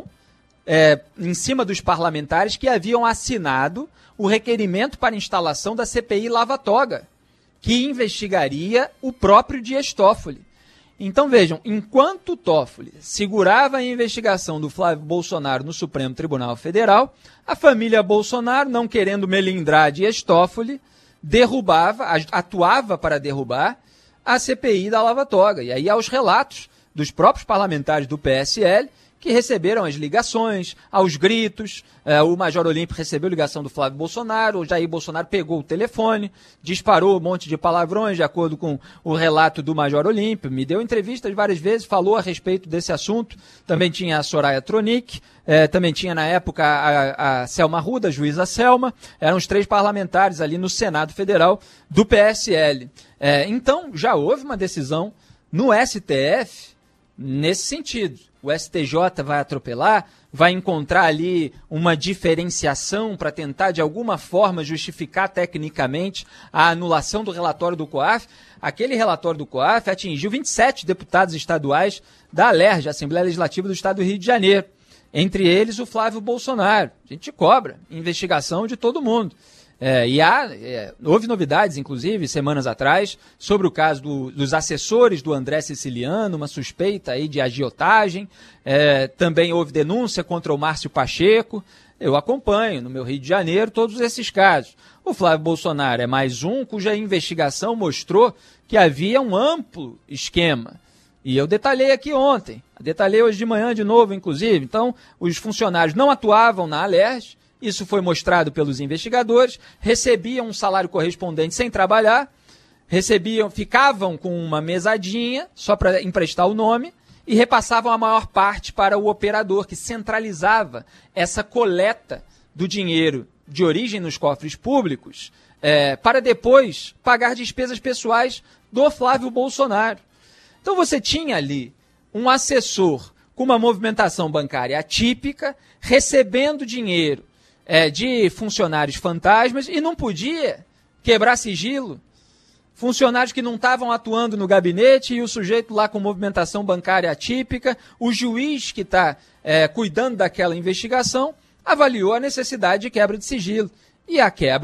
é, em cima dos parlamentares que haviam assinado o requerimento para instalação da C P I Lava Toga, que investigaria o próprio Dias Toffoli. Então vejam, enquanto o Toffoli segurava a investigação do Flávio Bolsonaro no Supremo Tribunal Federal, a família Bolsonaro, não querendo melindrar Dias Toffoli, derrubava, atuava para derrubar a C P I da Lava Toga. E aí há os relatos dos próprios parlamentares do P S L, que receberam as ligações, aos gritos. É, o Major Olímpio recebeu ligação do Flávio Bolsonaro, o Jair Bolsonaro pegou o telefone, disparou um monte de palavrões, de acordo com o relato do Major Olímpio, me deu entrevistas várias vezes, falou a respeito desse assunto. Também tinha a Soraya Tronic, é, também tinha na época a, a Selma Arruda, a juíza Selma, eram os três parlamentares ali no Senado Federal do P S L. É, então, já houve uma decisão no S T F nesse sentido. O S T J vai atropelar, vai encontrar ali uma diferenciação para tentar, de alguma forma, justificar tecnicamente a anulação do relatório do COAF. Aquele relatório do COAF atingiu vinte e sete deputados estaduais da ALERJ, Assembleia Legislativa do Estado do Rio de Janeiro. Entre eles, o Flávio Bolsonaro. A gente cobra investigação de todo mundo. É, e há, é, houve novidades, inclusive, semanas atrás, sobre o caso do, dos assessores do André Siciliano, uma suspeita aí de agiotagem. É, também houve denúncia contra o Márcio Pacheco. Eu acompanho, no meu Rio de Janeiro, todos esses casos. O Flávio Bolsonaro é mais um cuja investigação mostrou que havia um amplo esquema. E eu detalhei aqui ontem, detalhei hoje de manhã de novo, inclusive. Então, os funcionários não atuavam na ALERJ. Isso foi mostrado pelos investigadores, recebiam um salário correspondente sem trabalhar, recebiam, ficavam com uma mesadinha só para emprestar o nome e repassavam a maior parte para o operador, que centralizava essa coleta do dinheiro de origem nos cofres públicos é, para depois pagar despesas pessoais do Flávio Bolsonaro. Então você tinha ali um assessor com uma movimentação bancária atípica, recebendo dinheiro É, de funcionários fantasmas e não podia quebrar sigilo. Funcionários que não estavam atuando no gabinete e o sujeito lá com movimentação bancária atípica, o juiz que está é, cuidando daquela investigação avaliou a necessidade de quebra de sigilo. E a quebra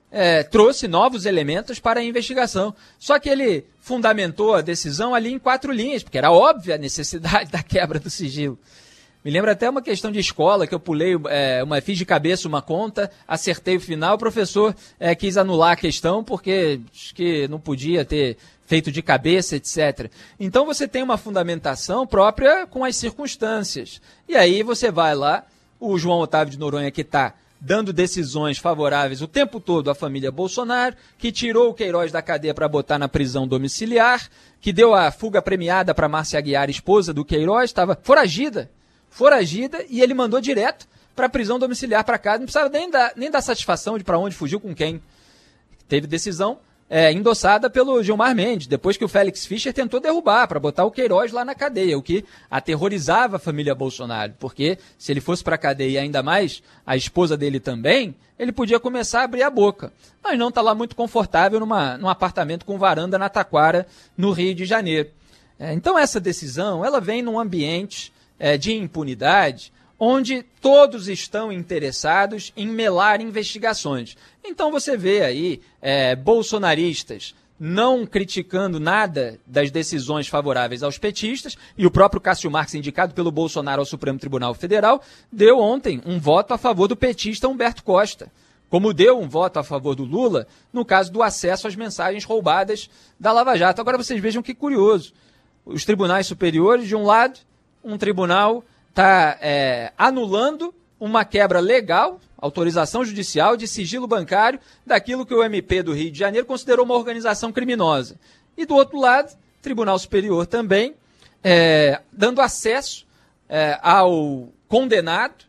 é, trouxe novos elementos para a investigação. Só que ele fundamentou a decisão ali em quatro linhas, porque era óbvia a necessidade da quebra do sigilo. Me lembra até uma questão de escola, que eu pulei, é, uma, fiz de cabeça uma conta, acertei o final, o professor é, quis anular a questão, porque acho que não podia ter feito de cabeça, etcétera. Então você tem uma fundamentação própria com as circunstâncias. E aí você vai lá, o João Otávio de Noronha, que está dando decisões favoráveis o tempo todo à família Bolsonaro, que tirou o Queiroz da cadeia para botar na prisão domiciliar, que deu a fuga premiada para Márcia Aguiar, esposa do Queiroz, estava foragida, foragida, e ele mandou direto para a prisão domiciliar para casa, não precisava nem dar, nem dar satisfação de para onde fugiu, com quem. Teve decisão é, endossada pelo Gilmar Mendes, depois que o Félix Fischer tentou derrubar, para botar o Queiroz lá na cadeia, o que aterrorizava a família Bolsonaro, porque se ele fosse para a cadeia e ainda mais a esposa dele também, ele podia começar a abrir a boca. Mas não está lá muito confortável numa, num apartamento com varanda na Taquara, no Rio de Janeiro. É, então essa decisão, ela vem num ambiente é, de impunidade, onde todos estão interessados em melar investigações. Então você vê aí é, bolsonaristas não criticando nada das decisões favoráveis aos petistas, e o próprio Cássio Marques, indicado pelo Bolsonaro ao Supremo Tribunal Federal, deu ontem um voto a favor do petista Humberto Costa, como deu um voto a favor do Lula no caso do acesso às mensagens roubadas da Lava Jato. Agora vocês vejam que curioso, os tribunais superiores, de um lado, um tribunal está é, anulando uma quebra legal, autorização judicial de sigilo bancário daquilo que o M P do Rio de Janeiro considerou uma organização criminosa. E do outro lado, Tribunal Superior também, é, dando acesso é, ao condenado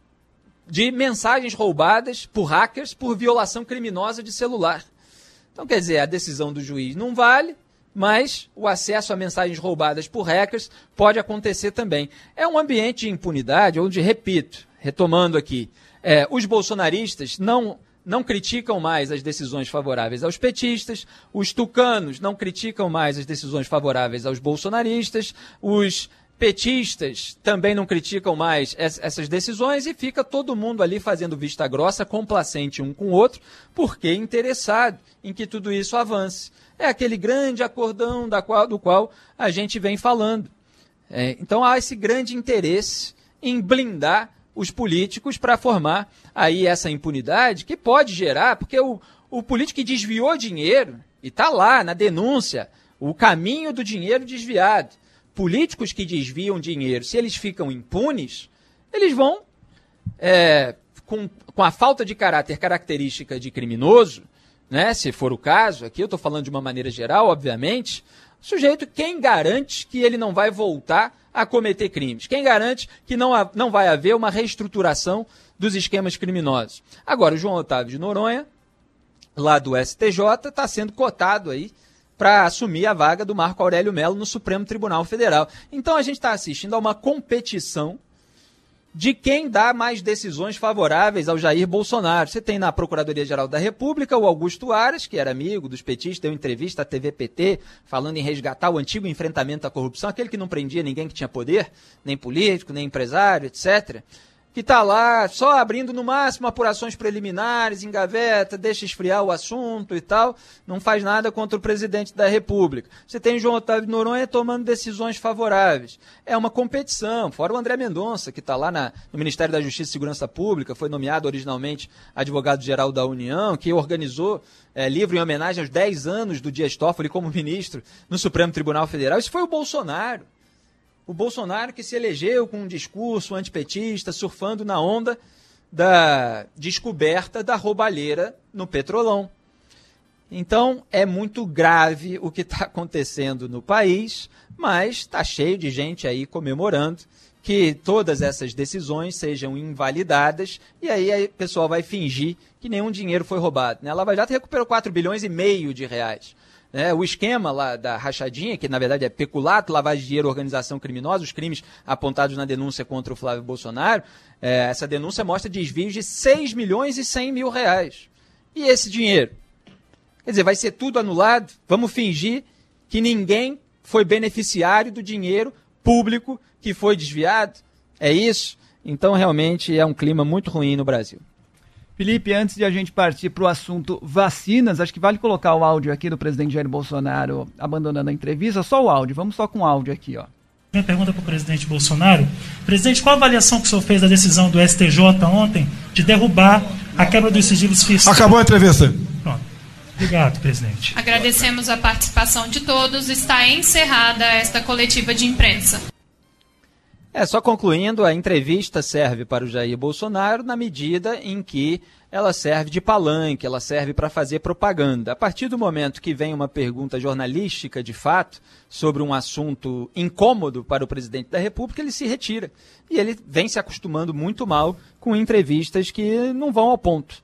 de mensagens roubadas por hackers por violação criminosa de celular. Então, quer dizer, a decisão do juiz não vale, mas o acesso a mensagens roubadas por hackers pode acontecer também. É um ambiente de impunidade onde, repito, retomando aqui, é, os bolsonaristas não, não criticam mais as decisões favoráveis aos petistas, os tucanos não criticam mais as decisões favoráveis aos bolsonaristas, os petistas também não criticam mais essas decisões, e fica todo mundo ali fazendo vista grossa, complacente um com o outro, porque interessado em que tudo isso avance. É aquele grande acordão da qual, do qual a gente vem falando. É, então há esse grande interesse em blindar os políticos para formar aí essa impunidade que pode gerar, porque o, o político que desviou dinheiro, e está lá na denúncia, o caminho do dinheiro desviado, políticos que desviam dinheiro, se eles ficam impunes, eles vão, é, com, com a falta de caráter característica de criminoso, né, se for o caso, aqui eu estou falando de uma maneira geral, obviamente, o sujeito, quem garante que ele não vai voltar a cometer crimes? Quem garante que não, ha, não vai haver uma reestruturação dos esquemas criminosos? Agora, o João Otávio de Noronha, lá do S T J, está sendo cotado aí para assumir a vaga do Marco Aurélio Mello no Supremo Tribunal Federal. Então a gente está assistindo a uma competição de quem dá mais decisões favoráveis ao Jair Bolsonaro. Você tem na Procuradoria-Geral da República o Augusto Aras, que era amigo dos petistas, deu entrevista à T V P T, falando em resgatar o antigo enfrentamento à corrupção, aquele que não prendia ninguém que tinha poder, nem político, nem empresário, etcétera, que está lá só abrindo no máximo apurações preliminares, engaveta, deixa esfriar o assunto e tal, não faz nada contra o presidente da República. Você tem João Otávio de Noronha tomando decisões favoráveis. É uma competição, fora o André Mendonça, que está lá na, no Ministério da Justiça e Segurança Pública, foi nomeado originalmente advogado-geral da União, que organizou é, livro em homenagem aos dez anos do Dias Toffoli como ministro no Supremo Tribunal Federal. Isso foi o Bolsonaro. O Bolsonaro que se elegeu com um discurso antipetista, surfando na onda da descoberta da roubalheira no Petrolão. Então, é muito grave o que está acontecendo no país, mas está cheio de gente aí comemorando que todas essas decisões sejam invalidadas, e aí o pessoal vai fingir que nenhum dinheiro foi roubado, né? A Lava Jato recuperou quatro bilhões e meio de reais. É, o esquema lá da rachadinha, que na verdade é peculato, lavagem de dinheiro, organização criminosa, os crimes apontados na denúncia contra o Flávio Bolsonaro, é, essa denúncia mostra desvios de seis milhões e cem mil reais. E esse dinheiro? Quer dizer, vai ser tudo anulado? Vamos fingir que ninguém foi beneficiário do dinheiro público que foi desviado? É isso? Então realmente é um clima muito ruim no Brasil. Felipe, antes de a gente partir para o assunto vacinas, acho que vale colocar o áudio aqui do presidente Jair Bolsonaro abandonando a entrevista. Só o áudio, vamos só com o áudio aqui, ó. Minha pergunta para o presidente Bolsonaro. Presidente, qual a avaliação que o senhor fez da decisão do S T J ontem de derrubar a quebra dos sigilos fiscais? Acabou a entrevista. Pronto. Obrigado, presidente. Agradecemos a participação de todos. Está encerrada esta coletiva de imprensa. É, só concluindo, a entrevista serve para o Jair Bolsonaro na medida em que ela serve de palanque, ela serve para fazer propaganda. A partir do momento que vem uma pergunta jornalística, de fato, sobre um assunto incômodo para o presidente da República, ele se retira. E ele vem se acostumando muito mal com entrevistas que não vão ao ponto.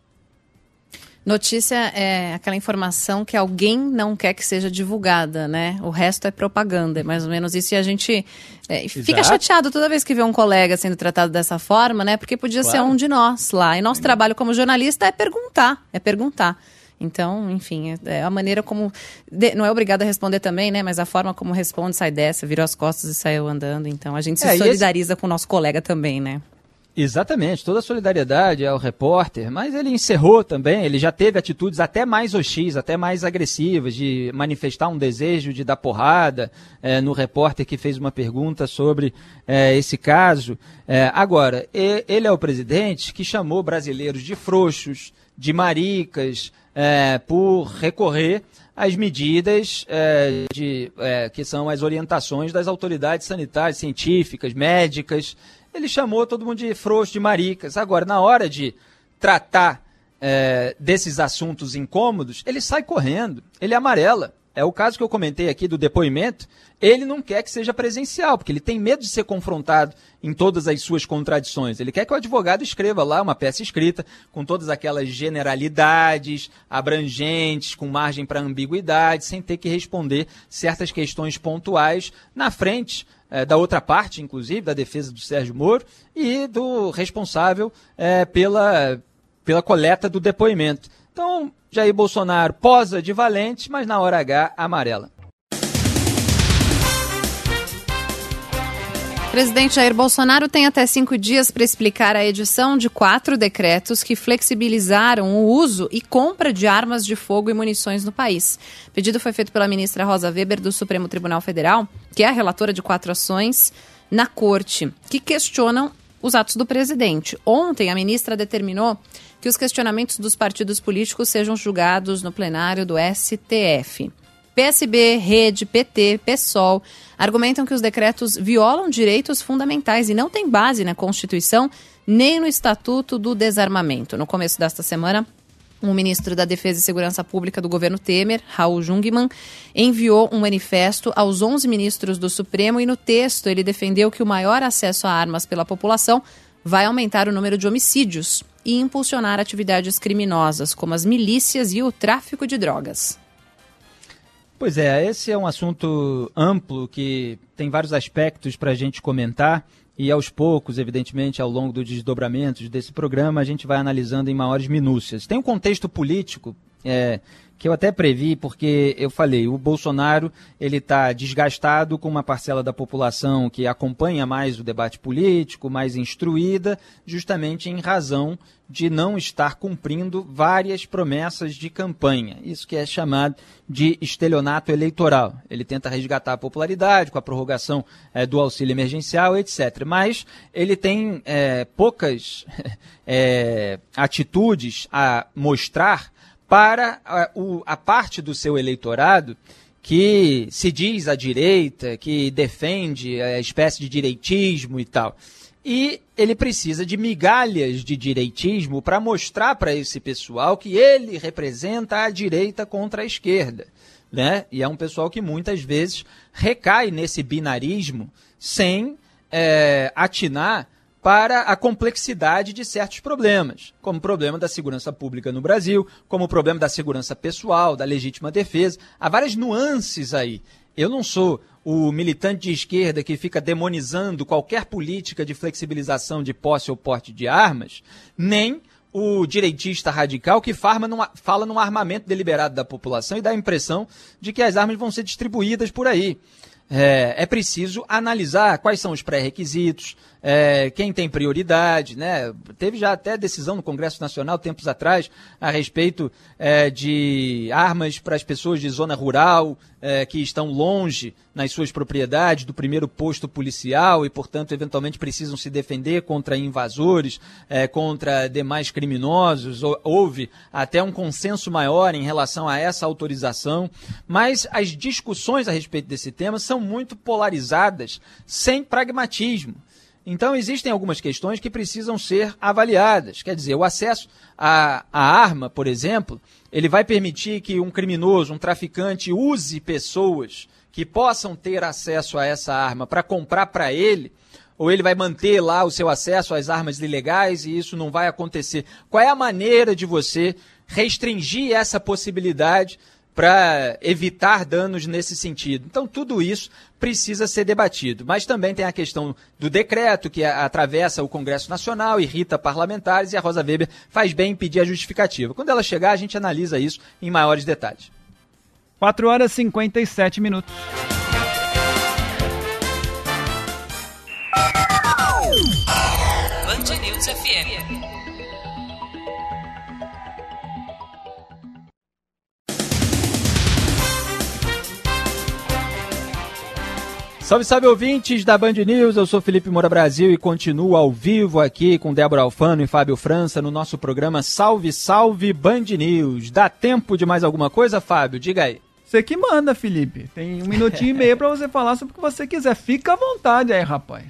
Notícia é aquela informação que alguém não quer que seja divulgada, né? O resto é propaganda, é mais ou menos isso. E a gente é, fica chateado toda vez que vê um colega sendo tratado dessa forma, né? Porque podia claro. ser um de nós lá. E nosso trabalho como jornalista é perguntar, é perguntar. Então, enfim, é, é a maneira como... De, não é obrigado a responder também, né? Mas a forma como responde, sai dessa, virou as costas e saiu andando. Então, a gente se é, solidariza esse... com o nosso colega também, né? Exatamente, toda a solidariedade ao repórter, mas ele encerrou também, ele já teve atitudes até mais hostis, até mais agressivas, de manifestar um desejo de dar porrada é, no repórter que fez uma pergunta sobre é, esse caso. É, agora, ele é o presidente que chamou brasileiros de frouxos, de maricas, é, por recorrer às medidas é, de, é, que são as orientações das autoridades sanitárias, científicas, médicas. Ele chamou todo mundo de frouxo, de maricas. Agora, na hora de tratar é, desses assuntos incômodos, ele sai correndo, ele amarela. É o caso que eu comentei aqui do depoimento. Ele não quer que seja presencial, porque ele tem medo de ser confrontado em todas as suas contradições. Ele quer que o advogado escreva lá uma peça escrita com todas aquelas generalidades abrangentes, com margem para ambiguidade, sem ter que responder certas questões pontuais na frente É, da outra parte, inclusive, da defesa do Sérgio Moro e do responsável é, pela, pela coleta do depoimento. Então, Jair Bolsonaro posa de valente, mas na hora H, amarela. O presidente Jair Bolsonaro tem até cinco dias para explicar a edição de quatro decretos que flexibilizaram o uso e compra de armas de fogo e munições no país. O pedido foi feito pela ministra Rosa Weber, do Supremo Tribunal Federal, que é a relatora de quatro ações na corte, que questionam os atos do presidente. Ontem, a ministra determinou que os questionamentos dos partidos políticos sejam julgados no plenário do S T F. P S B, Rede, P T, PSOL argumentam que os decretos violam direitos fundamentais e não têm base na Constituição nem no Estatuto do Desarmamento. No começo desta semana, o ministro da Defesa e Segurança Pública do governo Temer, Raul Jungmann, enviou um manifesto aos onze ministros do Supremo e no texto ele defendeu que o maior acesso a armas pela população vai aumentar o número de homicídios e impulsionar atividades criminosas, como as milícias e o tráfico de drogas. Pois é, esse é um assunto amplo que tem vários aspectos para a gente comentar e aos poucos, evidentemente, ao longo dos desdobramentos desse programa, a gente vai analisando em maiores minúcias. Tem um contexto político é, que eu até previ, porque eu falei, o Bolsonaro ele está desgastado com uma parcela da população que acompanha mais o debate político, mais instruída, justamente em razão de não estar cumprindo várias promessas de campanha. Isso que é chamado de estelionato eleitoral. Ele tenta resgatar a popularidade com a prorrogação é, do auxílio emergencial, etcétera. Mas ele tem é, poucas é, atitudes a mostrar para a, o, a parte do seu eleitorado que se diz à direita, que defende a espécie de direitismo e tal. E ele precisa de migalhas de direitismo para mostrar para esse pessoal que ele representa a direita contra a esquerda, né? E é um pessoal que muitas vezes recai nesse binarismo sem é, atinar para a complexidade de certos problemas, como o problema da segurança pública no Brasil, como o problema da segurança pessoal, da legítima defesa. Há várias nuances aí. Eu não sou o militante de esquerda que fica demonizando qualquer política de flexibilização de posse ou porte de armas, nem o direitista radical que fala num, fala num armamento deliberado da população e dá a impressão de que as armas vão ser distribuídas por aí. é, é preciso analisar quais são os pré-requisitos, é, quem tem prioridade, né? Teve já até decisão no Congresso Nacional, tempos atrás, a respeito é, de armas para as pessoas de zona rural, é, que estão longe nas suas propriedades do primeiro posto policial e, portanto, eventualmente precisam se defender contra invasores, é, contra demais criminosos. Houve até um consenso maior em relação a essa autorização, mas as discussões a respeito desse tema são muito polarizadas, sem pragmatismo. Então, existem algumas questões que precisam ser avaliadas. Quer dizer, o acesso à, à arma, por exemplo, ele vai permitir que um criminoso, um traficante, use pessoas que possam ter acesso a essa arma para comprar para ele, ou ele vai manter lá o seu acesso às armas ilegais e isso não vai acontecer. Qual é a maneira de você restringir essa possibilidade para evitar danos nesse sentido? Então, tudo isso precisa ser debatido. Mas também tem a questão do decreto, que atravessa o Congresso Nacional, irrita parlamentares, e a Rosa Weber faz bem em pedir a justificativa. Quando ela chegar, a gente analisa isso em maiores detalhes. quatro horas e cinquenta e sete minutos. Band News F M. Salve, salve, ouvintes da Band News, eu sou Felipe Moura Brasil e continuo ao vivo aqui com Débora Alfano e Fábio França no nosso programa Salve, Salve Band News. Dá tempo de mais alguma coisa, Fábio? Diga aí. Você que manda, Felipe. Tem um minutinho e meio para você falar sobre o que você quiser. Fica à vontade aí, rapaz.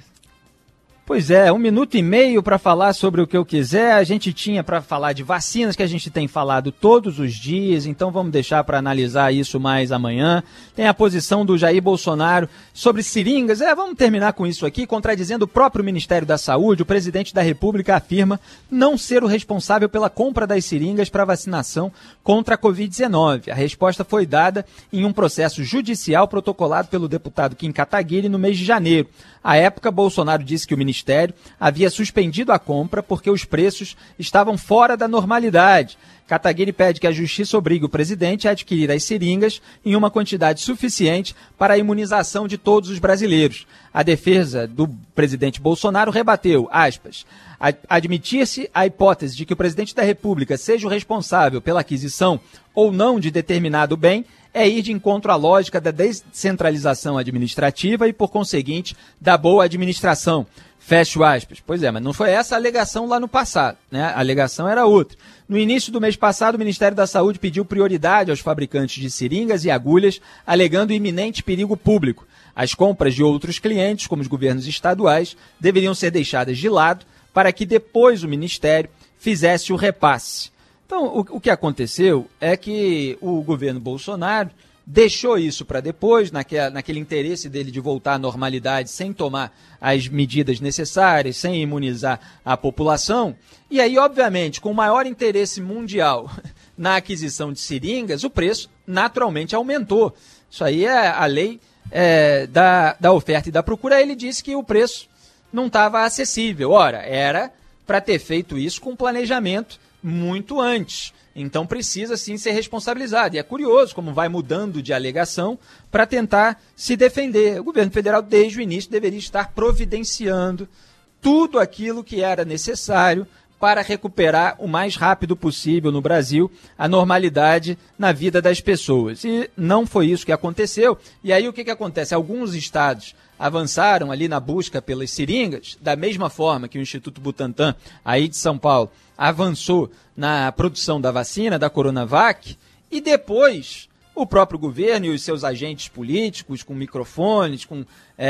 Pois é, um minuto e meio para falar sobre o que eu quiser. A gente tinha para falar de vacinas, que a gente tem falado todos os dias, então vamos deixar para analisar isso mais amanhã. Tem a posição do Jair Bolsonaro sobre seringas. É, vamos terminar com isso aqui, contradizendo o próprio Ministério da Saúde. O presidente da República afirma não ser o responsável pela compra das seringas para vacinação contra a covid dezenove. A resposta foi dada em um processo judicial protocolado pelo deputado Kim Kataguiri no mês de janeiro. À época, Bolsonaro disse que o Ministério havia suspendido a compra porque os preços estavam fora da normalidade. Kataguiri pede que a Justiça obrigue o presidente a adquirir as seringas em uma quantidade suficiente para a imunização de todos os brasileiros. A defesa do presidente Bolsonaro rebateu, aspas, admitir-se a hipótese de que o presidente da República seja o responsável pela aquisição ou não de determinado bem é ir de encontro à lógica da descentralização administrativa e, por conseguinte, da boa administração. Fecho aspas. Pois é, mas não foi essa a alegação lá no passado, né? A alegação era outra. No início do mês passado, o Ministério da Saúde pediu prioridade aos fabricantes de seringas e agulhas, alegando iminente perigo público. As compras de outros clientes, como os governos estaduais, deveriam ser deixadas de lado para que depois o Ministério fizesse o repasse. Então, o, o que aconteceu é que o governo Bolsonaro deixou isso para depois, naquele, naquele interesse dele de voltar à normalidade sem tomar as medidas necessárias, sem imunizar a população. E aí, obviamente, com o maior interesse mundial na aquisição de seringas, o preço naturalmente aumentou. Isso aí é a lei é, da, da oferta e da procura. Ele disse que o preço não estava acessível. Ora, era para ter feito isso com planejamento muito antes. Então precisa sim ser responsabilizado. E é curioso como vai mudando de alegação para tentar se defender. O governo federal, desde o início, deveria estar providenciando tudo aquilo que era necessário para recuperar o mais rápido possível no Brasil a normalidade na vida das pessoas. E não foi isso que aconteceu. E aí o que, que acontece? Alguns estados avançaram ali na busca pelas seringas, da mesma forma que o Instituto Butantan, aí de São Paulo, avançou na produção da vacina, da Coronavac, e depois o próprio governo e os seus agentes políticos, com microfones, com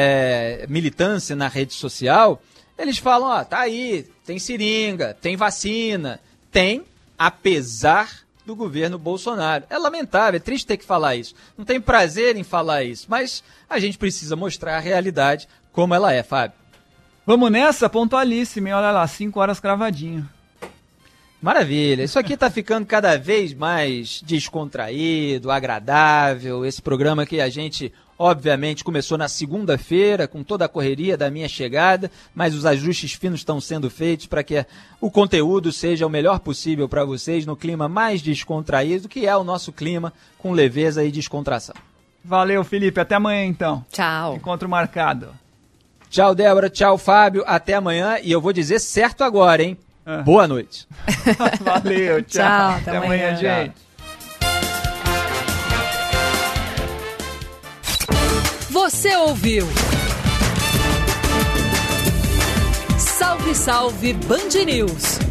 é, militância na rede social, eles falam, ó, tá aí, tem seringa, tem vacina, tem, apesar do governo Bolsonaro. É lamentável, é triste ter que falar isso. Não tem prazer em falar isso, mas a gente precisa mostrar a realidade como ela é, Fábio. Vamos nessa, pontualíssimo, hein? Olha lá, cinco horas cravadinho. Maravilha, isso aqui está ficando cada vez mais descontraído, agradável, esse programa que a gente, obviamente, começou na segunda-feira, com toda a correria da minha chegada, mas os ajustes finos estão sendo feitos para que o conteúdo seja o melhor possível para vocês, no clima mais descontraído, que é o nosso clima, com leveza e descontração. Valeu, Felipe. Até amanhã, então. Tchau. Encontro marcado. Tchau, Débora. Tchau, Fábio. Até amanhã. E eu vou dizer certo agora, hein? Ah. Boa noite. Valeu, tchau. Tchau, até, até amanhã, amanhã, gente. Você ouviu? Salve, salve Band News!